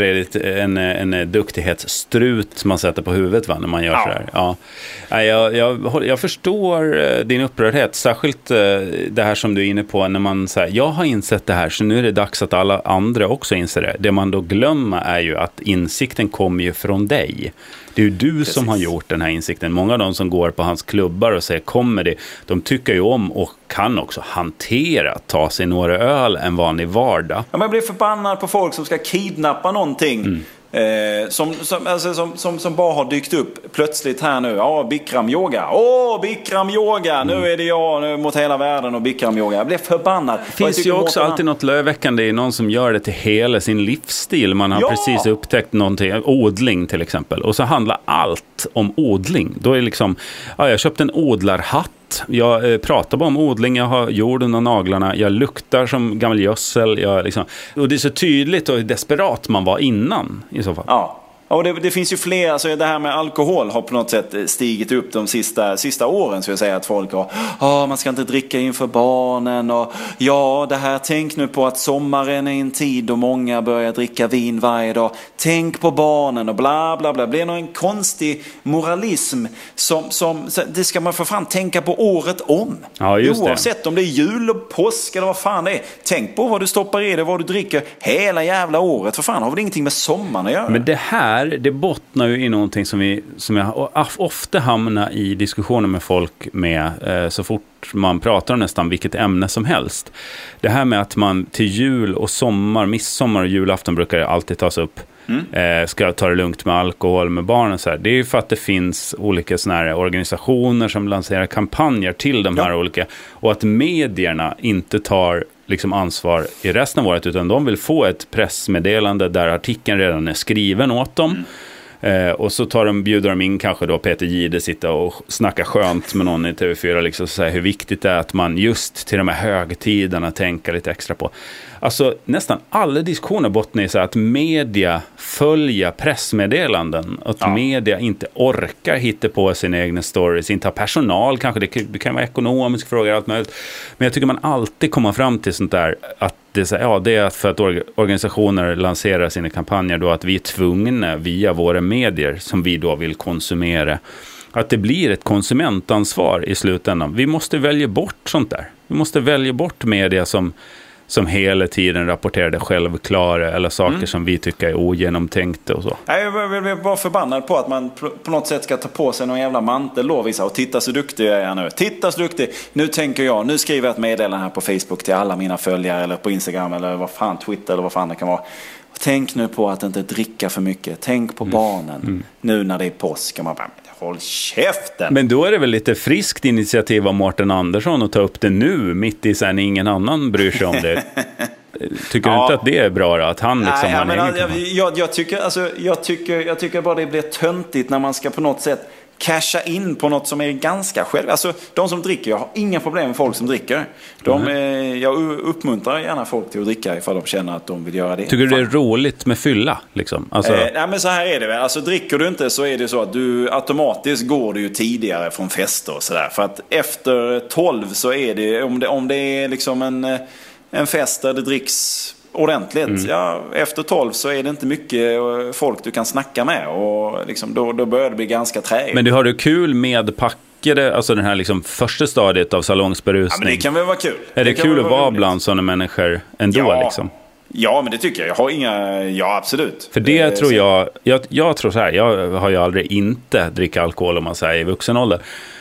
en duktighetsstrut man sätter på huvudet, va, när man gör sådär. Ja. Jag förstår din upprördhet, särskilt det här som du är inne på, när man säger jag har insett det här, så nu är det dags att alla andra också inser det. Det man då glömmer är ju att insikten kommer ju från dig. Det är ju du som har gjort den här insikten. Många av de som går på hans klubbar och säger comedy, de tycker ju om och kan också hantera ta sig några öl en vanlig vardag. Ja, man blir förbannad på folk som ska kidnappa någonting. Som bara har dykt upp plötsligt här nu. Bikram yoga. Bikram yoga. Nu är det jag nu mot hela världen och Bikram yoga. Jag blev förbannad. Det finns ju också alltid något löväckande i någon som gör det till hela sin livsstil. Man har precis upptäckt någonting, odling till exempel. Och så handlar allt om odling. Då är det liksom, jag köpte en odlarhatt. Jag pratar bara om odling, jag har jord under naglarna, jag luktar som gammal gödsel, och det är så tydligt och desperat man var innan i så fall. Ja. Och det finns ju fler, alltså det här med alkohol har på något sätt stigit upp de sista åren, så jag säger att folk har, man ska inte dricka inför barnen, och det här, tänk nu på att sommaren är en tid då många börjar dricka vin varje dag, tänk på barnen och bla bla bla. Det blir någon konstig moralism som det ska man för fan tänka på året om. Ja, just oavsett om det är jul och påsk eller vad fan det är. Tänk på vad du stoppar i det, vad du dricker hela jävla året. För fan, har väl ingenting med sommaren att göra. Men det här, det bottnar ju i någonting som jag ofta hamnar i diskussioner med folk med så fort man pratar om nästan vilket ämne som helst. Det här med att man till jul och sommar, midsommar och julafton brukar det alltid tas upp. Ska ta det lugnt med alkohol med barnen så här. Det är ju för att det finns olika såna här organisationer som lanserar kampanjer till de här olika, och att medierna inte tar liksom ansvar i resten av året, utan de vill få ett pressmeddelande där artikeln redan är skriven åt dem. Och så bjuder de in kanske då Peter Jihde, sitta och snacka skönt med någon i TV4 liksom, så här, hur viktigt det är att man just till de här högtiderna tänker lite extra på. Alltså nästan alla diskussioner bottnar i så att media följer pressmeddelanden, att media inte orkar hitta på sina egna stories, inte har personal kanske, det kan vara ekonomisk fråga, allt möjligt. Men jag tycker man alltid kommer fram till sånt där, att det är så här, ja, det är för att organisationer lanserar sina kampanjer då, att vi är tvungna via våra medier som vi då vill konsumera, att det blir ett konsumentansvar i slutändan. Vi måste välja bort sånt där. Vi måste välja bort media som hela tiden rapporterar det självklara eller saker som vi tycker är ogenomtänkta och så. Jag vill vara förbannad på att man på något sätt ska ta på sig någon jävla mantel och visa och titta så duktig jag är nu. Titta så duktig. Nu tänker jag, nu skriver jag ett meddelande här på Facebook till alla mina följare eller på Instagram eller vad fan, Twitter eller vad fan det kan vara. Tänk nu på att inte dricka för mycket. Tänk på barnen. Nu när det är påsk kan man bara, håll käften. Men då är det väl lite friskt initiativ av Mårten Andersson att ta upp det nu, mitt i sen ingen annan bryr sig om det. Tycker du inte att det är bra då? Att han liksom jag tycker bara det blir töntigt när man ska på något sätt casha in på något som är ganska själv. Alltså de som dricker, jag har inga problem med folk som dricker. Jag uppmuntrar gärna folk till att dricka ifall de känner att de vill göra det. Tycker du det är roligt med fylla liksom? Alltså... nej men så här är det väl. Alltså dricker du inte så är det så att du automatiskt går du ju tidigare från fester och sådär. För att efter 12 så är det, om det är liksom en fest där det dricks ordentligt. Ja, efter 12 så är det inte mycket folk du kan snacka med och liksom, då börjar det bli ganska träigt. Men du har du kul med packade, alltså den här liksom första stadiet av salongsberusning? Ja, men det kan väl vara kul. Är det kul att vara bland sådana människor ändå liksom? Ja, men det tycker jag. Jag har inga... Ja, absolut. För det tror jag tror så här, jag har ju aldrig inte dricka alkohol om man säger i vuxen ålder.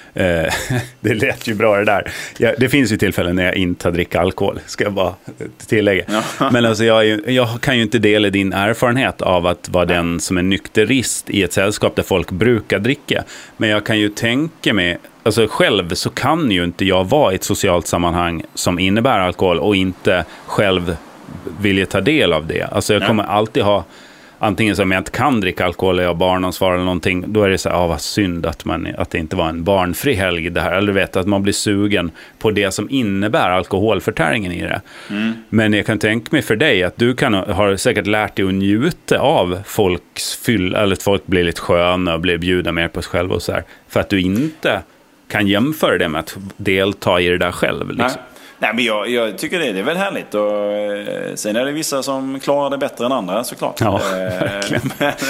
Det lät ju bra det där. Det finns ju tillfällen när jag inte dricker alkohol, ska jag bara tillägga. Ja. Men alltså jag kan ju inte dela din erfarenhet av att vara den som är nykterist i ett sällskap där folk brukar dricka. Men jag kan ju tänka mig, alltså själv så kan ju inte jag vara i ett socialt sammanhang som innebär alkohol och inte själv vilja ta del av det. Alltså jag kommer alltid ha, antingen som jag inte kan dricka alkohol eller jag har barnansvar eller någonting, då är det så här, vad synd att det inte var en barnfri helg det här. Eller du vet, att man blir sugen på det som innebär alkoholförtäringen i det. Men jag kan tänka mig för dig att du har säkert lärt dig att njuta av folks fyll, eller att folk blir lite sköna och blir bjuda mer på sig själv och så här. För att du inte kan jämföra det med att delta i det där själv liksom. Nej, men jag tycker det är väl härligt. Och sen är det vissa som klarar det bättre än andra, såklart. Ja, verkligen.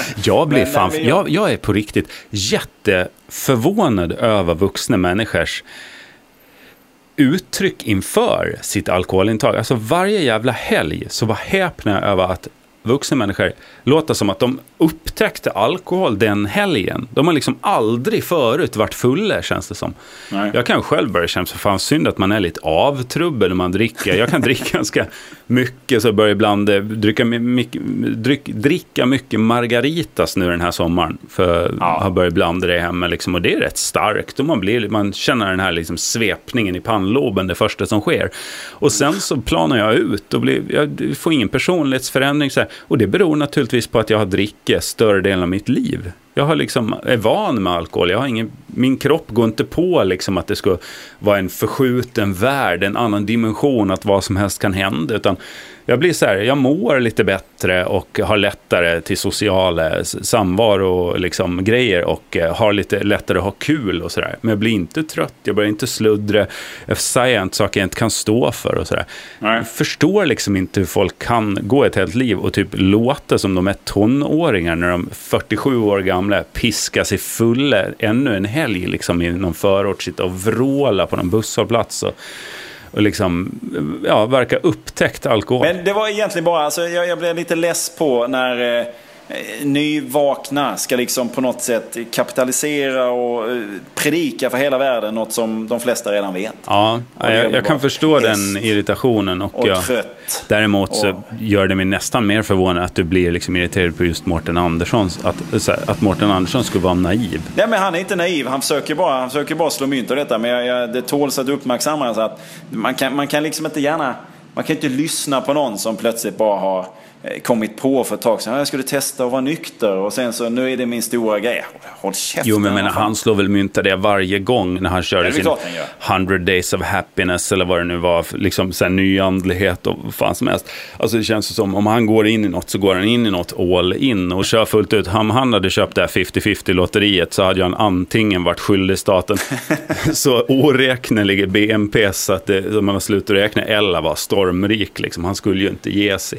Jag är på riktigt jätteförvånad över vuxna människors uttryck inför sitt alkoholintag. Alltså varje jävla helg så var häpna över att vuxna människor låter som att de upptäckte alkohol den helgen. De har liksom aldrig förut varit fulla, känns det som. Nej. Jag kan själv börja känna så fan synd att man är lite avtrubbel när man dricker. Jag kan dricka ganska mycket, så börjar ibland dricka mycket margaritas nu den här sommaren. För jag har börjat blanda det hemma liksom, och det är rätt starkt. Och man känner den här liksom svepningen i pannloben, det första som sker. Och sen så planar jag ut och jag får ingen personlighetsförändring så här. Och det beror naturligtvis på att jag har drickit större delen av mitt liv. Jag har är van med alkohol. Min kropp går inte på liksom att det ska vara en förskjuten värld, en annan dimension, att vad som helst kan hända. Utan jag blir så här, jag mår lite bättre och har lättare till sociala samvaro och liksom grejer och har lite lättare att ha kul och sådär. Men jag blir inte trött, jag börjar inte sluddra, jag säger inte saker jag inte kan stå för och sådär. Jag förstår liksom inte hur folk kan gå ett helt liv och typ låta som de är tonåringar när de 47 år gamla piskar sig fulla ännu en helg liksom i någon förort, sitta och vråla på någon busshållplats och liksom, verkar upptäckt alkohol. Men det var egentligen bara, alltså, jag blev lite less på när nyvakna ska liksom på något sätt kapitalisera och predika för hela världen, något som de flesta redan vet. Ja, jag kan förstå den irritationen och trött. Däremot så gör det mig nästan mer förvånad att du blir liksom irriterad på just Mårten Andersson, att Mårten Andersson skulle vara naiv. Nej, men han är inte naiv, han försöker bara slå mynt av detta, men det tåls att uppmärksamma så att man kan liksom inte gärna, man kan inte lyssna på någon som plötsligt bara har kommit på för ett tag sedan. Jag skulle testa att vara nykter och sen så nu är det min stora grej. Håll käften. Jo, men han slår väl mynta det varje gång när han körde sin 100 Days of Happiness eller vad det nu var, liksom så här nyandlighet och fan som helst. Alltså det känns som om han går in i något så går han in i något all in och kör fullt ut. Han hade köpt det här 50-50 lotteriet så hade han antingen varit skyldig staten så oräkneliga BNP så att man har slutat räkna eller var stormrik liksom. Han skulle ju inte ge sig.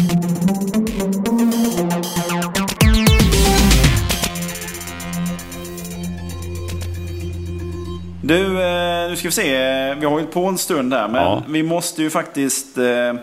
Du, nu ska vi se. Vi har hållit på en stund där, men vi måste ju faktiskt...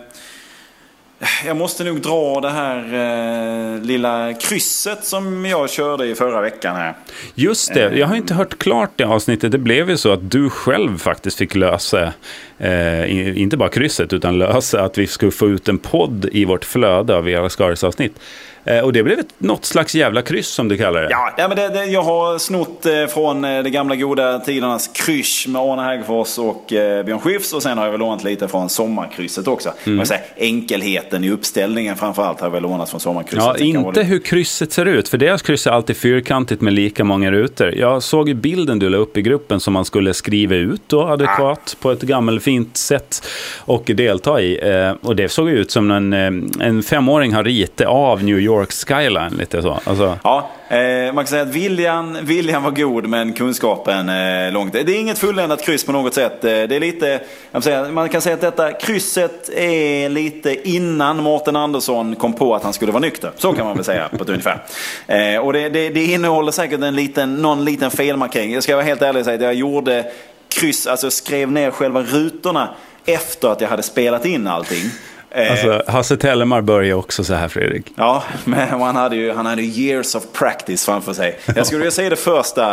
jag måste nog dra det här lilla krysset som jag körde i förra veckan här. Just det, jag har inte hört klart det avsnittet. Det blev ju så att du själv faktiskt fick lösa, inte bara krysset utan lösa att vi skulle få ut en podd i vårt flöde av era Skaris-avsnitt. Och det blev något slags jävla kryss som du kallar det. Ja, men jag har snott från det gamla goda tidernas kryss med Arne Hägerfors och Björn Skifs. Och sen har jag väl lånat lite från sommarkrysset också. Enkelheten i uppställningen framförallt har jag väl lånat från sommarkrysset. Ja, inte hur krysset ser ut. För deras kryss är alltid fyrkantigt med lika många rutor. Jag såg ju bilden du la upp i gruppen som man skulle skriva ut då, adekvat på ett gammelfint sätt och delta i. Och det såg ut som en 5-åring har ritat av New York Skyline lite så. Alltså. Ja, man kan säga att viljan var god men kunskapen långt. Det är inget fulländat kryss på något sätt. Det är lite, man kan säga att detta krysset är lite innan Mårten Andersson kom på att han skulle vara nykter. Så kan man väl säga på ett ungefär. Och det innehåller säkert någon liten felmarkering. Jag ska vara helt ärlig och säga att jag gjorde kryss, alltså skrev ner själva rutorna efter att jag hade spelat in allting. Alltså, Hasse Tellemar börjar också så här, Fredrik. Ja, men han hade years of practice framför sig. Jag skulle ju säga det första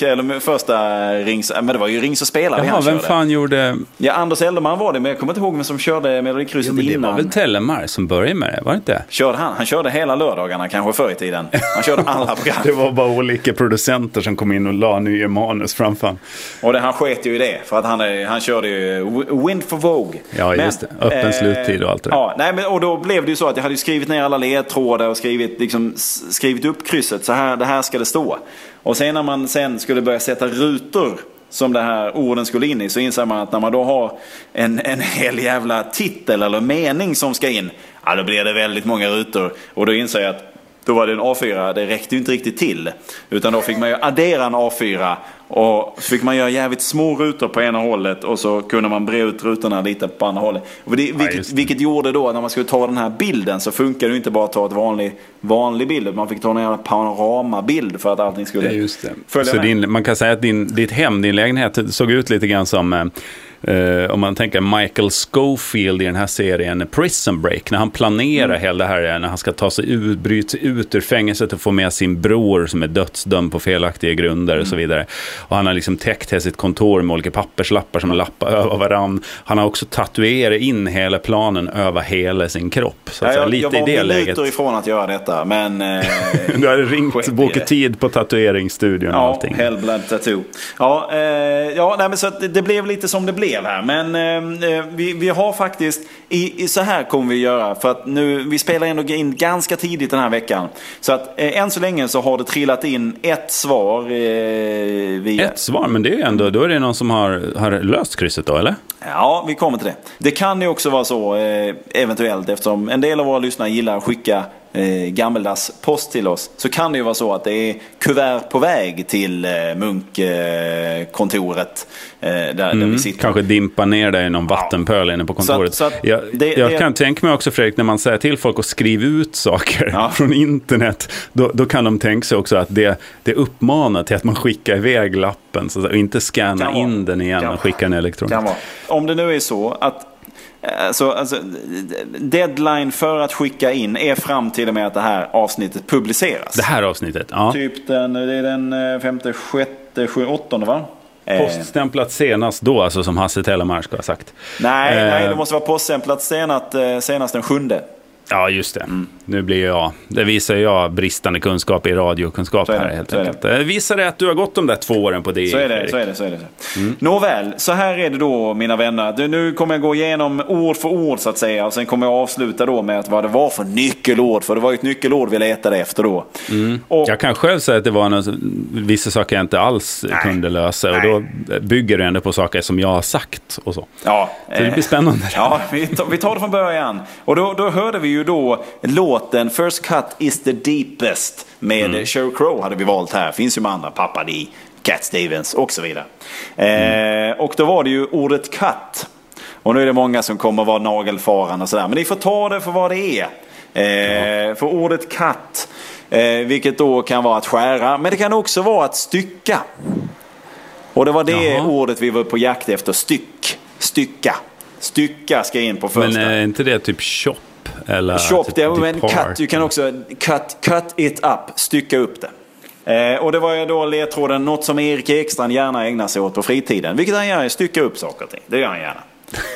Rings, men det var ju Rings och spelare. Jaha, vem fan gjorde... Ja, Anders Elderman var det, men jag kommer inte ihåg vem som körde Melodikrysset innan. Det var väl Tellemar som började med det, var det inte? Körde han? Han körde hela lördagarna kanske förr i tiden. Han körde alla program. Det var bara olika producenter som kom in och la nya manus framför. Och han sket ju i det, för att han körde ju Wind for Vogue. Ja, just det. Öppen sluttid och allt. Ja, nej, men, och då blev det ju så att jag hade skrivit ner alla ledtrådar och skrivit upp krysset. Så här, det här ska det stå. Och sen när man sen skulle börja sätta rutor som det här orden skulle in i, så inser man att när man då har en hel jävla titel eller mening som ska in, ja, då blir det väldigt många rutor. Och då inser jag att då var det en A4, det räckte ju inte riktigt till. Utan då fick man ju addera en A4 och fick man göra jävligt små rutor på ena hållet och så kunde man bre ut rutorna lite på andra hållet. Vilket gjorde då när man skulle ta den här bilden så funkar det inte bara att ta ett vanlig bild. Man fick ta en panoramabild för att allting skulle följa så med. Man kan säga att din lägenhet såg ut lite grann som... om man tänker Michael Scofield i den här serien Prison Break, när han planerar hela det här, när han ska ta sig ut, bryta sig ut ur fängelset och få med sin bror som är dödsdömd på felaktiga grunder och så vidare. Och han har liksom täckt här sitt kontor med olika papperslappar som lappar över varann. Han har också tatuerat in hela planen över hela sin kropp. Så att lite jag var i det läget ifrån att göra detta, men... du hade ringt, bokat tid på tatueringsstudion och allting. Ja, Hellblad Tattoo. Nej, men så att det blev lite som det blev här, men vi har faktiskt så här kommer vi göra, för att nu vi spelar ändå in ganska tidigt den här veckan, så att än så länge så har det trillat in ett svar ett svar, men det är ju ändå, då är det någon som har löst krysset då, eller? Ja, vi kommer till det. Det kan ju också vara så eventuellt, eftersom en del av våra lyssnare gillar att skicka gammeldags post till oss, så kan det ju vara så att det är kuvert på väg till Munkkontoret där vi sitter. Kanske dimpa ner där i någon vattenpöl inne på kontoret. Jag kan tänka mig också, Fredrik, när man säger till folk att skriva ut saker från internet, då kan de tänka sig också att det uppmanar till att man skickar iväg lappen så att inte scanna in den igen och skicka en elektroniskt. Om det nu är så att alltså, deadline för att skicka in är fram till och med att det här avsnittet publiceras. Det här avsnittet, ja. Typ det är den 5:e, 6:e, 7:e, 8:e, va? Poststämplat senast då, alltså som Hasse Tellemar ska ha sagt. Nej, det måste vara poststämplat senast den 7:e. Ja, just det. Nu blir det visar jag bristande kunskap i radiokunskap här helt enkelt. Det visar det att du har gått de där 2 åren på det. Så är det. Nåväl, så här är det då, mina vänner. Nu kommer jag gå igenom ord för ord så att säga. Och sen kommer jag avsluta då med att vad det var för nyckelord. För det var ju ett nyckelord vi letade efter då. Och jag kan själv säga att det var vissa saker jag inte alls kunde lösa. Och då bygger det ändå på saker som jag har sagt och så. Ja, så det blir spännande. Ja, vi tar det från början. Och då hörde vi ju då låten First Cut is the Deepest med Sheryl Crow hade vi valt här. Finns ju med andra, Papa Dee, Cat Stevens och så vidare. Och då var det ju ordet cut. Och nu är det många som kommer vara nagelfaran och sådär. Men ni får ta det för vad det är. För ordet cut, vilket då kan vara att skära. Men det kan också vara att stycka. Och det var det ordet vi var på jakt efter. Stycka. Stycka ska in på första. Men är inte det typ chop? Eller chop, typ det är en cut. Du kan också cut it up. Stycka upp det. Och det var ju då ledtråden, något som Erik Ekstrand gärna ägnar sig åt på fritiden. Vilket han gör, stycka upp saker och ting. Det gör han gärna.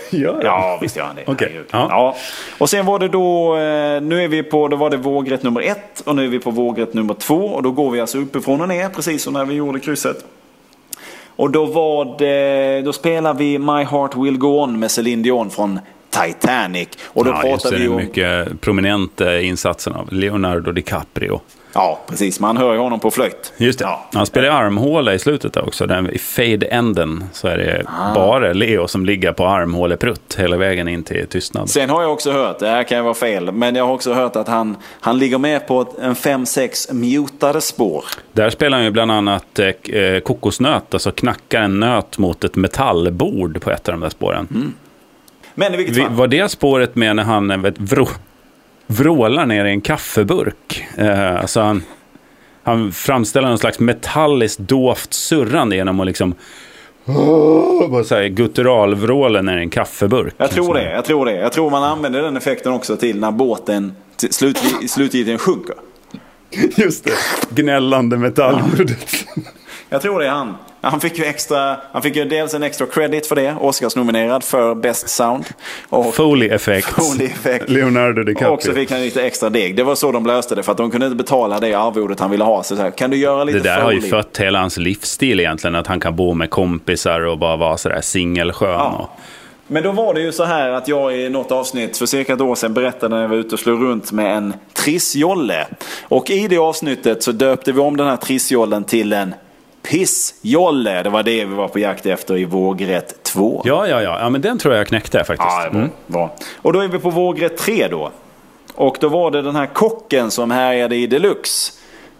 Ja, visst gör han det. Okay. Ja. Och sen var det då, nu är vi på, då var det vågrätt nummer 1 och nu är vi på vågrätt nummer 2. Och då går vi alltså uppifrån och ner, precis som när vi gjorde krysset. Och då spelar vi My Heart Will Go On med Celine Dion från Titanic. Och då pratar vi om mycket prominent insatsen av Leonardo DiCaprio. Ja, precis. Man hör ju honom på flöjt. Just det. Ja. Han spelar armhåla i slutet också. Där i fade-enden så är det bara Leo som ligger på armhåleprutt hela vägen in till tystnad. Sen har jag också hört, det här kan ju vara fel, men jag har också hört att han ligger med på en 5-6 mutade spår. Där spelar han ju bland annat kokosnöt, alltså knackar en nöt mot ett metallbord på ett av de där spåren. Men i vilket fall? Var det spåret med när han vrålar ner i en kaffeburk? Alltså han framställer någon slags metalliskt dovt surrande genom att liksom bara så här gutturalvrålen ner i en kaffeburk. Jag tror det. Jag tror man använder den effekten också till när båten slutligen sjunker. Just det. Gnällande metallbordet. Jag tror det är han. Han fick ju dels en extra credit för det, Oscars-nominerad för Best Sound och Foley effect. Leonardo DiCaprio. Och så fick han lite extra deg. Det var så de löste det, för att de kunde inte betala det arvodet han ville ha. Så här, kan du göra lite det där Foley? Har ju fött hela hans livsstil egentligen, att han kan bo med kompisar och bara vara sådär singelskön. Ja. Men då var det ju så här att jag i något avsnitt för cirka ett år sedan berättade när jag var ute och slog runt med en trissjolle. Och i det avsnittet så döpte vi om den här trissjollen till en pissjolle. Det var det vi var på jakt efter i vågrätt 2. Ja, men den tror jag knäckte faktiskt. Ja, det var. Och då är vi på vågrätt 3 då. Och då var det den här kocken som härjade i Deluxe.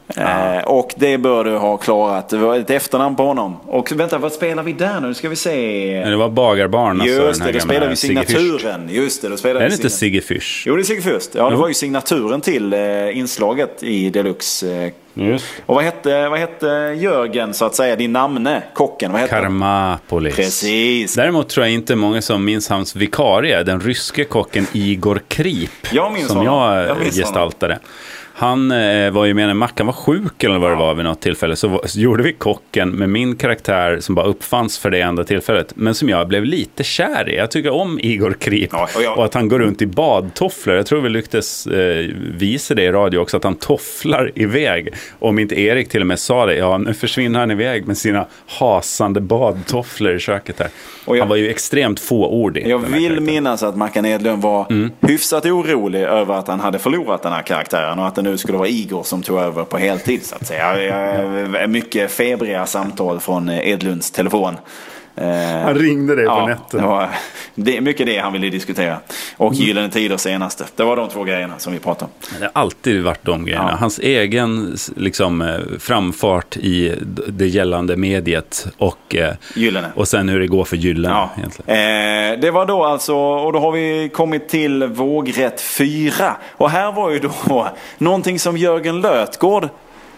Och det bör du ha klarat. Det var ett efternamn på honom. Och vänta, vad spelar vi där nu? Ska vi se. Det var Bagarbarn. Just det, då spelar vi signaturen. Just det, då spelar vi. Är det inte Sigge Fürst? Jo, det är Sigge Fürst. Ja, det var ju signaturen till inslaget i Deluxe. Just. Och vad hette Jörgen, så att säga, din namne, kocken? Vad hette Karmapolis. Precis. Däremot tror jag inte många som minns hans vikarie, den ryske kocken Igor Krip. Jag minns som honom. jag gestaltade. Han var ju med när Mackan var sjuk eller vad det var vid något tillfälle. Så gjorde vi kocken med min karaktär som bara uppfanns för det enda tillfället. Men som jag blev lite kär i. Jag tycker om Igor Krip. Och att han går runt i badtofflor. Jag tror vi lyckades visa det i radio också. Att han tofflar iväg. Om inte Erik till och med sa det. Ja, nu försvinner han iväg med sina hasande badtofflor i köket här. Han var ju extremt fåordig. Jag vill minnas att Mackan Edlund var hyfsat orolig över att han hade förlorat den här karaktären. Och att det nu skulle vara Igor som tog över på heltid, så att säga. Mycket febriga samtal från Edlunds telefon. Han ringde dig på nätten. Det är mycket det han ville diskutera. Och Gyllene Tider senaste. Det var de 2 grejerna som vi pratade om. Det har alltid varit de grejerna. Hans egen liksom, framfart i det gällande mediet och sen hur det går för Gyllene. Det var då alltså, och då har vi kommit till vågrätt 4. Och här var ju då någonting som Jörgen Lötgård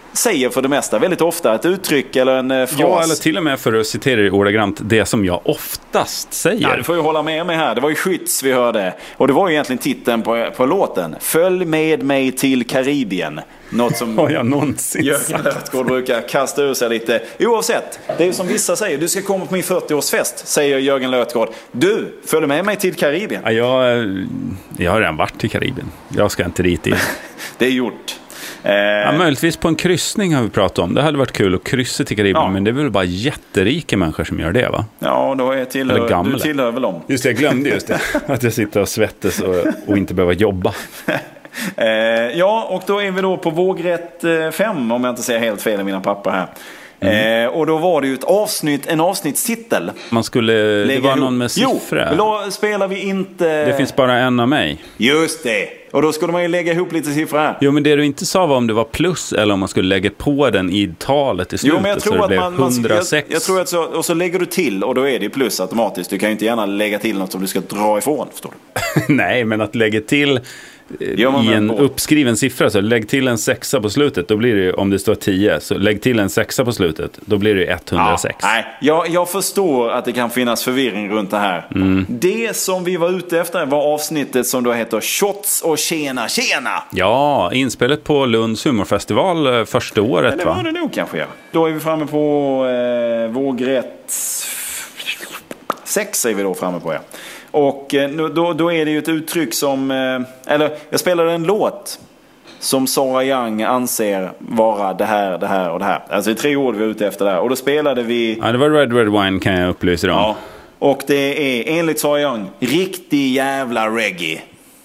säger för det mesta väldigt ofta ett uttryck eller en fras. Ja, eller till och med för att citera det ordagrant, det som jag oftast säger. Ja, du får ju hålla med mig här. Det var ju Skytts vi hörde. Och det var ju egentligen titeln på låten. Följ med mig till Karibien. Något som har jag någonsin Jörgen Lötgård brukar kasta ur sig lite. Oavsett, det är ju som vissa säger. Du ska komma på min 40-årsfest, säger Jörgen Lötgård. Du, följ med mig till Karibien. Ja, jag har redan varit i Karibien. Jag ska inte dit igen. Det är gjort. Ja, möjligtvis på en kryssning har vi pratat om. Det hade varit kul att kryssa till Karibien, men det är väl bara jätterika människor som gör det, va? Ja, då du tillhör väl dem. Just det, jag glömde just det. Att jag sitter och svettas och inte behöver jobba. Ja, och då är vi då på vågrätt 5, om jag inte säger helt fel i mina papper här. Och då var det ju en avsnittstitel. Man skulle, det var någon med siffror. Jo, spelar vi inte... Det finns bara en av mig. Just det. Och då skulle man ju lägga ihop lite siffror här. Jo, men det du inte sa var om det var plus eller om man skulle lägga på den i talet i slutet. Jo, men jag tror så att det blev 106. Jag tror att och så lägger du till och då är det plus automatiskt. Du kan ju inte gärna lägga till något som du ska dra ifrån, förstår du? Nej, men att lägga till i en uppskriven siffra, så lägg till en 6 på slutet, då blir det, om det står 10, så lägg till en 6 på slutet, då blir det 106. Ja, nej, jag förstår att det kan finnas förvirring runt det här. Det som vi var ute efter var avsnittet som då heter Shots och tjena. Ja, inspelet på Lunds humorfestival första året. Eller var det nog kanske, ja. Då är vi framme på vågrätt 6 är vi då framme på, ja. Och då är det ju ett uttryck som, eller jag spelade en låt som Sara Young anser vara det här och det här. Alltså det är 3 ord vi är ute efter där. Och då spelade vi... Ja, det var Red Wine, kan jag upplysa dig om. Ja, och det är enligt Sara Young riktig jävla reggae.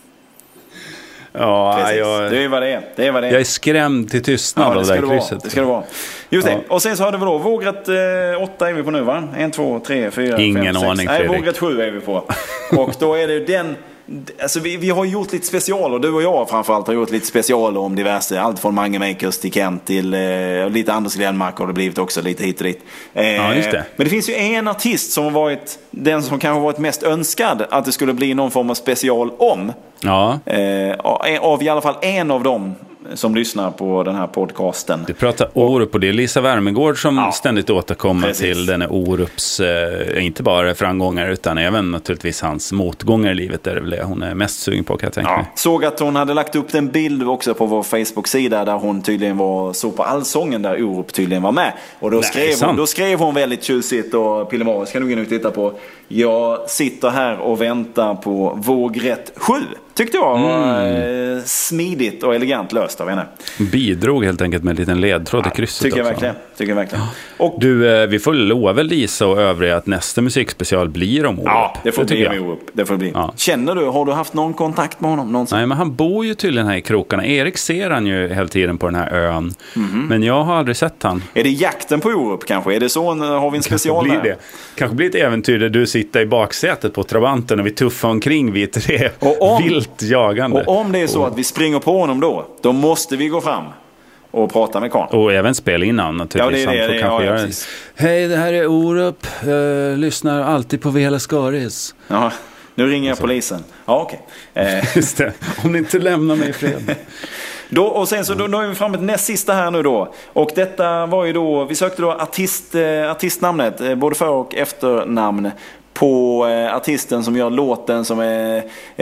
Ja, det är vad det är. Jag är skrämd till tystnad av det där krysset. Det ska det vara. Just det. Och sen så hade vi då vågrätt 8 är vi på nu, va? 1, 2, 3, 4, 5, 6. Nej, vågrätt 7 är vi på. Och då är det den... Alltså vi har gjort lite specialer, du och jag framförallt har gjort lite specialer om diverse, allt från Mange Makers till Kent till lite Anders Glenmark har det blivit också, lite hit och dit. Ja, just det. Men det finns ju en artist som har varit den som kanske varit mest önskad att det skulle bli någon form av special om. Ja. Av i alla fall en av dem som lyssnar på den här podcasten. Du pratar Orup och det är Lisa Värmegård som ständigt återkommer till den Orups, inte bara framgångar utan även naturligtvis hans motgångar i livet. Där det hon är mest sugen på, kan jag tänka mig. Såg att hon hade lagt upp en bild också på vår Facebook-sida där hon tydligen var så på allsången där Orup tydligen var med. Och då skrev hon väldigt tjusigt och Pillemar ska nog in och titta på. Jag sitter här och väntar på vågrätt 7. Tyckte jag var smidigt och elegant löst av henne. Bidrog helt enkelt med en liten ledtråd till krysset. Tycker jag verkligen. Och du, vi får lova Lisa och övriga att nästa musikspecial blir om Orup. Ja, det får bli om Orup. Det får bli. Ja. Känner du, har du haft någon kontakt med honom någonsin? Nej, men han bor ju tydligen här i krokarna. Erik ser han ju hela tiden på den här ön. Men jag har aldrig sett han. Är det jakten på Orup kanske? Är det så? Har vi en special där? Det. Kanske blir ett äventyr där du sitter i baksätet på Trabanten och vi tuffar omkring vid 3 vilt jagande. Och om det är så att vi springer på honom då måste vi gå fram och prata med Karl. Och även spela innan naturligtvis. Hej, det här är Orup. Lyssnar alltid på Vela Skaris. Ja, nu ringer jag polisen. Ja, okej. Just det. Om ni inte lämnar mig i fred. Och sen så då är vi framme till näst sista här nu då. Och detta var ju då, vi sökte då artistnamnet, både för- och efternamn på artisten som gör låten som är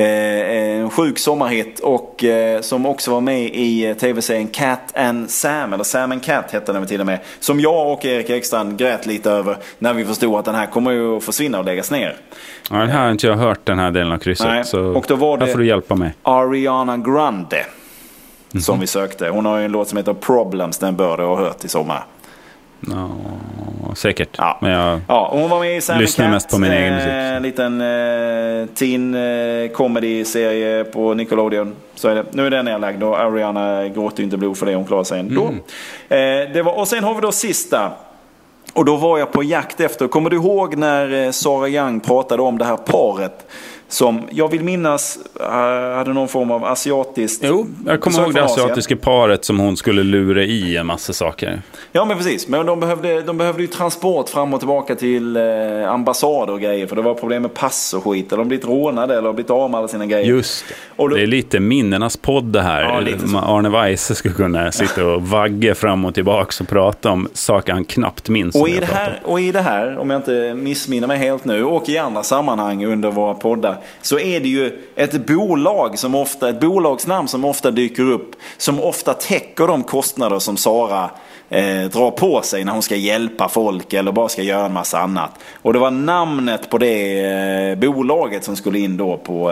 en sjuk sommarhit och som också var med i tv-serien Cat and Sam, eller Sam and Cat hette den till och med, som jag och Erik Ekstrand grät lite över när vi förstod att den här kommer ju att försvinna och läggas ner. Ja, det här har inte jag hört, den här delen av krysset. Nej, så och då var det får du hjälpa mig. Ariana Grande som vi sökte. Hon har ju en låt som heter Problems, den bör du ha hört i sommar. Ja, säkert. Ja. Men jag hon var med i Sam lyssnar Cat, mest på min egen musik. En liten teen comedy-serie på Nickelodeon. Så är det. Nu är den nedlagd och Ariana gråter inte blod för det, hon klarar sig ändå. Och sen har vi då sista. Och då var jag på jakt efter, kommer du ihåg när Sara Young pratade om det här paret som jag vill minnas hade någon form av asiatiskt... Jo, jag kommer ihåg det asiatiska paret som hon skulle lura i en massa saker. Ja, men precis. Men de behövde ju transport fram och tillbaka till ambassader och grejer. För det var problem med pass och skit. Eller de blivit rånade eller blivit av med alla sina grejer. Just det. Och då, det är lite minnenas podd det här. Ja, Arne Weise skulle kunna sitta och vagga fram och tillbaka och prata om saker han knappt minns. Och i det här, om jag inte missminner mig helt nu, och i andra sammanhang under våra poddar, så är det ju ett bolagsnamn som ofta dyker upp, som ofta täcker de kostnader som Sara drar på sig när hon ska hjälpa folk eller bara ska göra en massa annat. Och det var namnet på det bolaget som skulle in då på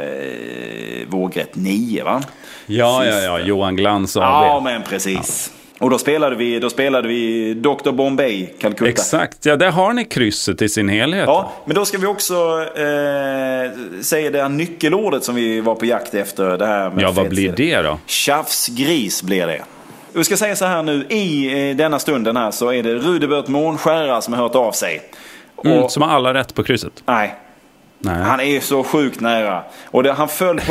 vågrätt 9, va? Ja, Johan Glans AB. Ja, men precis. Ja. Och då spelade vi Dr. Bombay, Calcutta. Exakt, ja, där har ni krysset i sin helhet. Ja, men då ska vi också säga det här nyckelordet som vi var på jakt efter. Det här med vad blir det då? Tjafsgris blir det. Vi ska säga så här nu, i denna stunden här så är det Rudebert Månskära som har hört av sig. Som har alla rätt på krysset. Nej. Han är så sjukt nära. Och han föll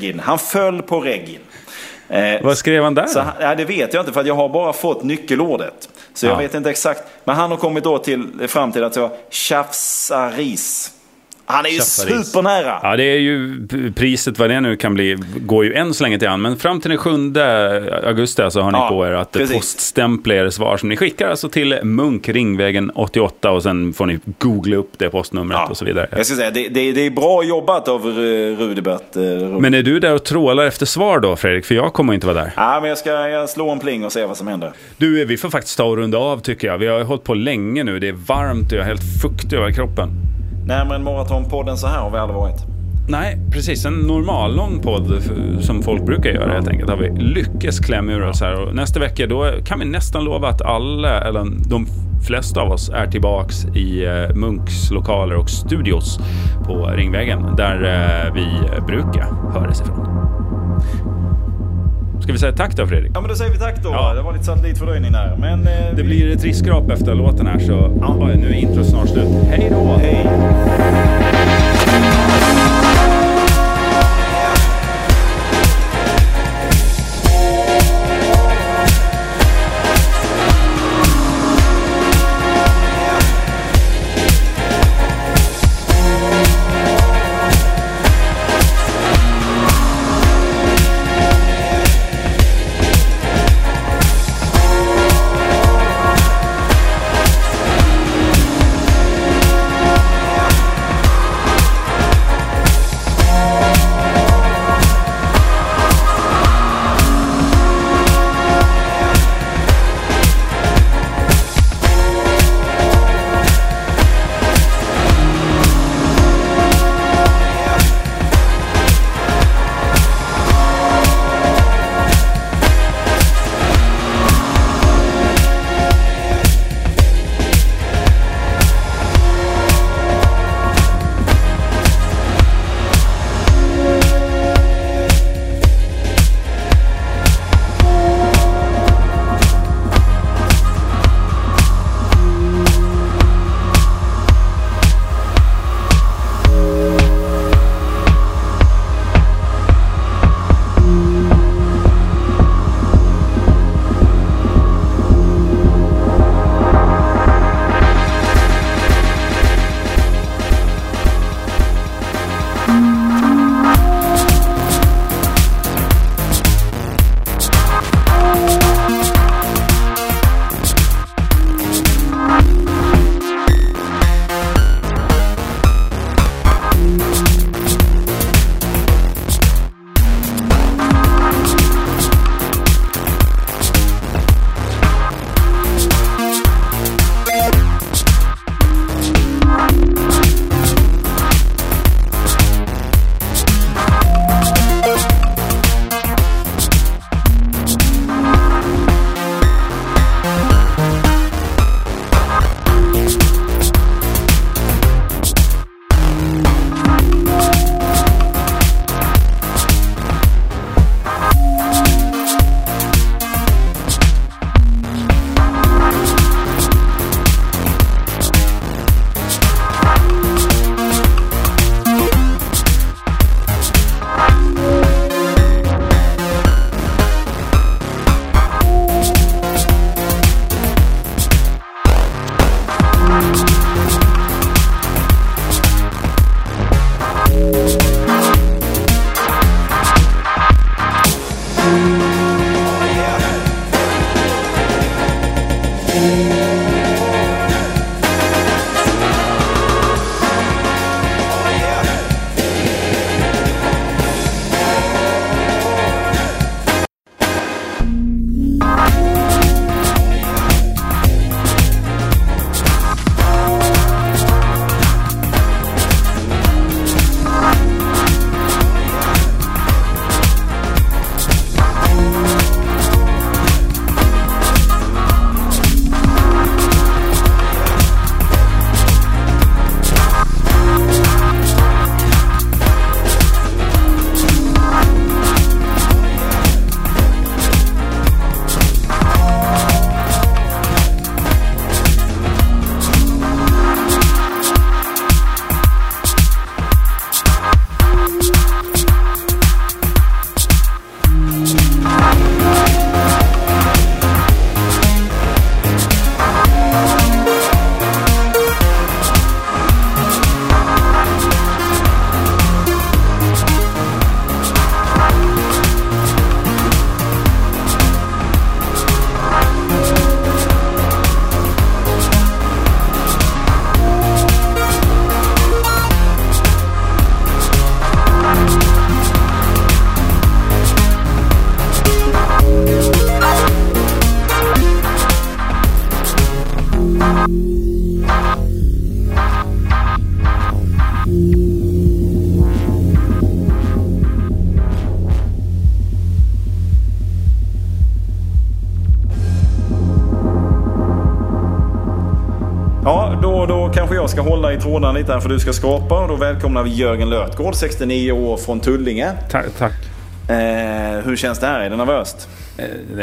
på reggin. Vad skrev han där? Det vet jag inte, för att jag har bara fått nyckelordet. Så jag vet inte exakt. Men han har kommit då fram till att det var tjafsaris. Han är ju supernära. Ja, det är ju priset, vad det nu kan bli, går ju än så länge till an. Men fram till den 7 augusti så har ni på er att poststämpla er svar som ni skickar alltså till Munk, Ringvägen 88, och sen får ni googla upp det postnumret och så vidare. Jag ska säga, det är bra jobbat av Rudebert. Men är du där och trålar efter svar då, Fredrik? För jag kommer inte vara där. Ja, men jag ska slå en pling och se vad som händer. Du, vi får faktiskt ta och runda av, tycker jag. Vi har hållit på länge nu. Det är varmt och jag är helt fuktig över kroppen. Närmare en maratonpodden så här har vi aldrig varit. Nej, precis. En normal lång podd som folk brukar göra helt enkelt. Har vi lyckats klämma ur oss här. Och nästa vecka då kan vi nästan lova att alla, eller de flesta av oss, är tillbaks i Munks lokaler och studios på Ringvägen. Där vi brukar höras ifrån. Ska vi säga tack då, Fredrik? Ja, men då säger vi tack då. Ja. Det var lite satellitfördröjning där. Men det blir ett riskrap efter låten här, så nu är intro snart slut. Hej då! Hej! Ja, då kanske jag ska hålla i trådarna lite här för du ska skapa. Då välkomnar vi Jörgen Lötgård, 69 år från Tullinge. Tack. Hur känns det här? Är det nervöst? Det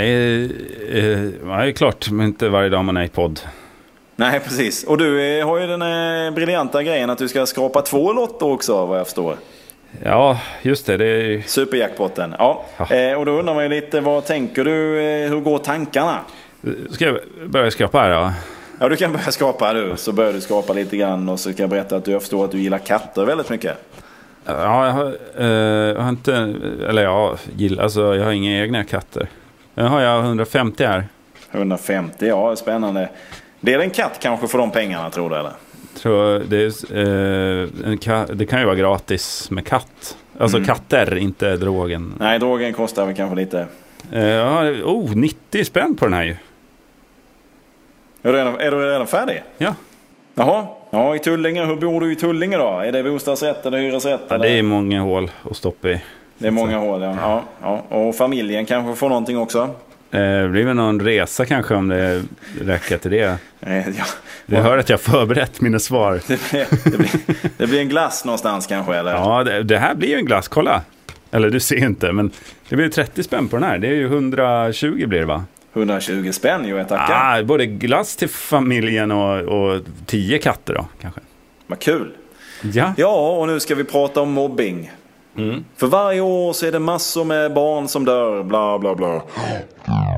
är klart, men inte varje dag man är i podd. Nej, precis. Och du har ju den briljanta grejen att du ska skapa 2 lotter också, vad jag förstår. Ja, just det. Det är superjackpotten. Ja. Och då undrar man ju lite, vad tänker du? Hur går tankarna? Ska jag börja skapa här då? Ja, du kan börja skapa du. Så börjar du skapa lite grann och så ska jag berätta att jag förstår att du gillar katter väldigt mycket. Ja, jag har inte... Eller jag har inga egna katter. Nu har jag 150 här. 150, ja, spännande. Det är en katt kanske för de pengarna, tror du, eller? Tror det är, det kan ju vara gratis med katt. Alltså katter, inte drogen. Nej, drogen kostar väl kanske lite. 90 spänn på den här ju. Är du redan färdig? Ja. Jaha. Ja, i Tullinge. Hur bor du i Tullinge då? Är det bostadsrätt eller hyresrätt? Ja, det är många hål att stoppa i. Det är många hål, ja. Och familjen kanske får någonting också? Det blir väl någon resa kanske om det räcker till det. Ja. Du hör att jag förberett mina svar. Det blir en glass någonstans kanske, eller? Ja, det här blir ju en glass, kolla. Eller du ser inte, men det blir 30 spänn på den här. Det är ju 120 blir det, va? 120 spänn, jo, jag tackar. Både glass till familjen och 10 katter då, kanske. Vad kul. Ja, och nu ska vi prata om mobbing. För varje år så är det massor med barn som dör, bla bla bla.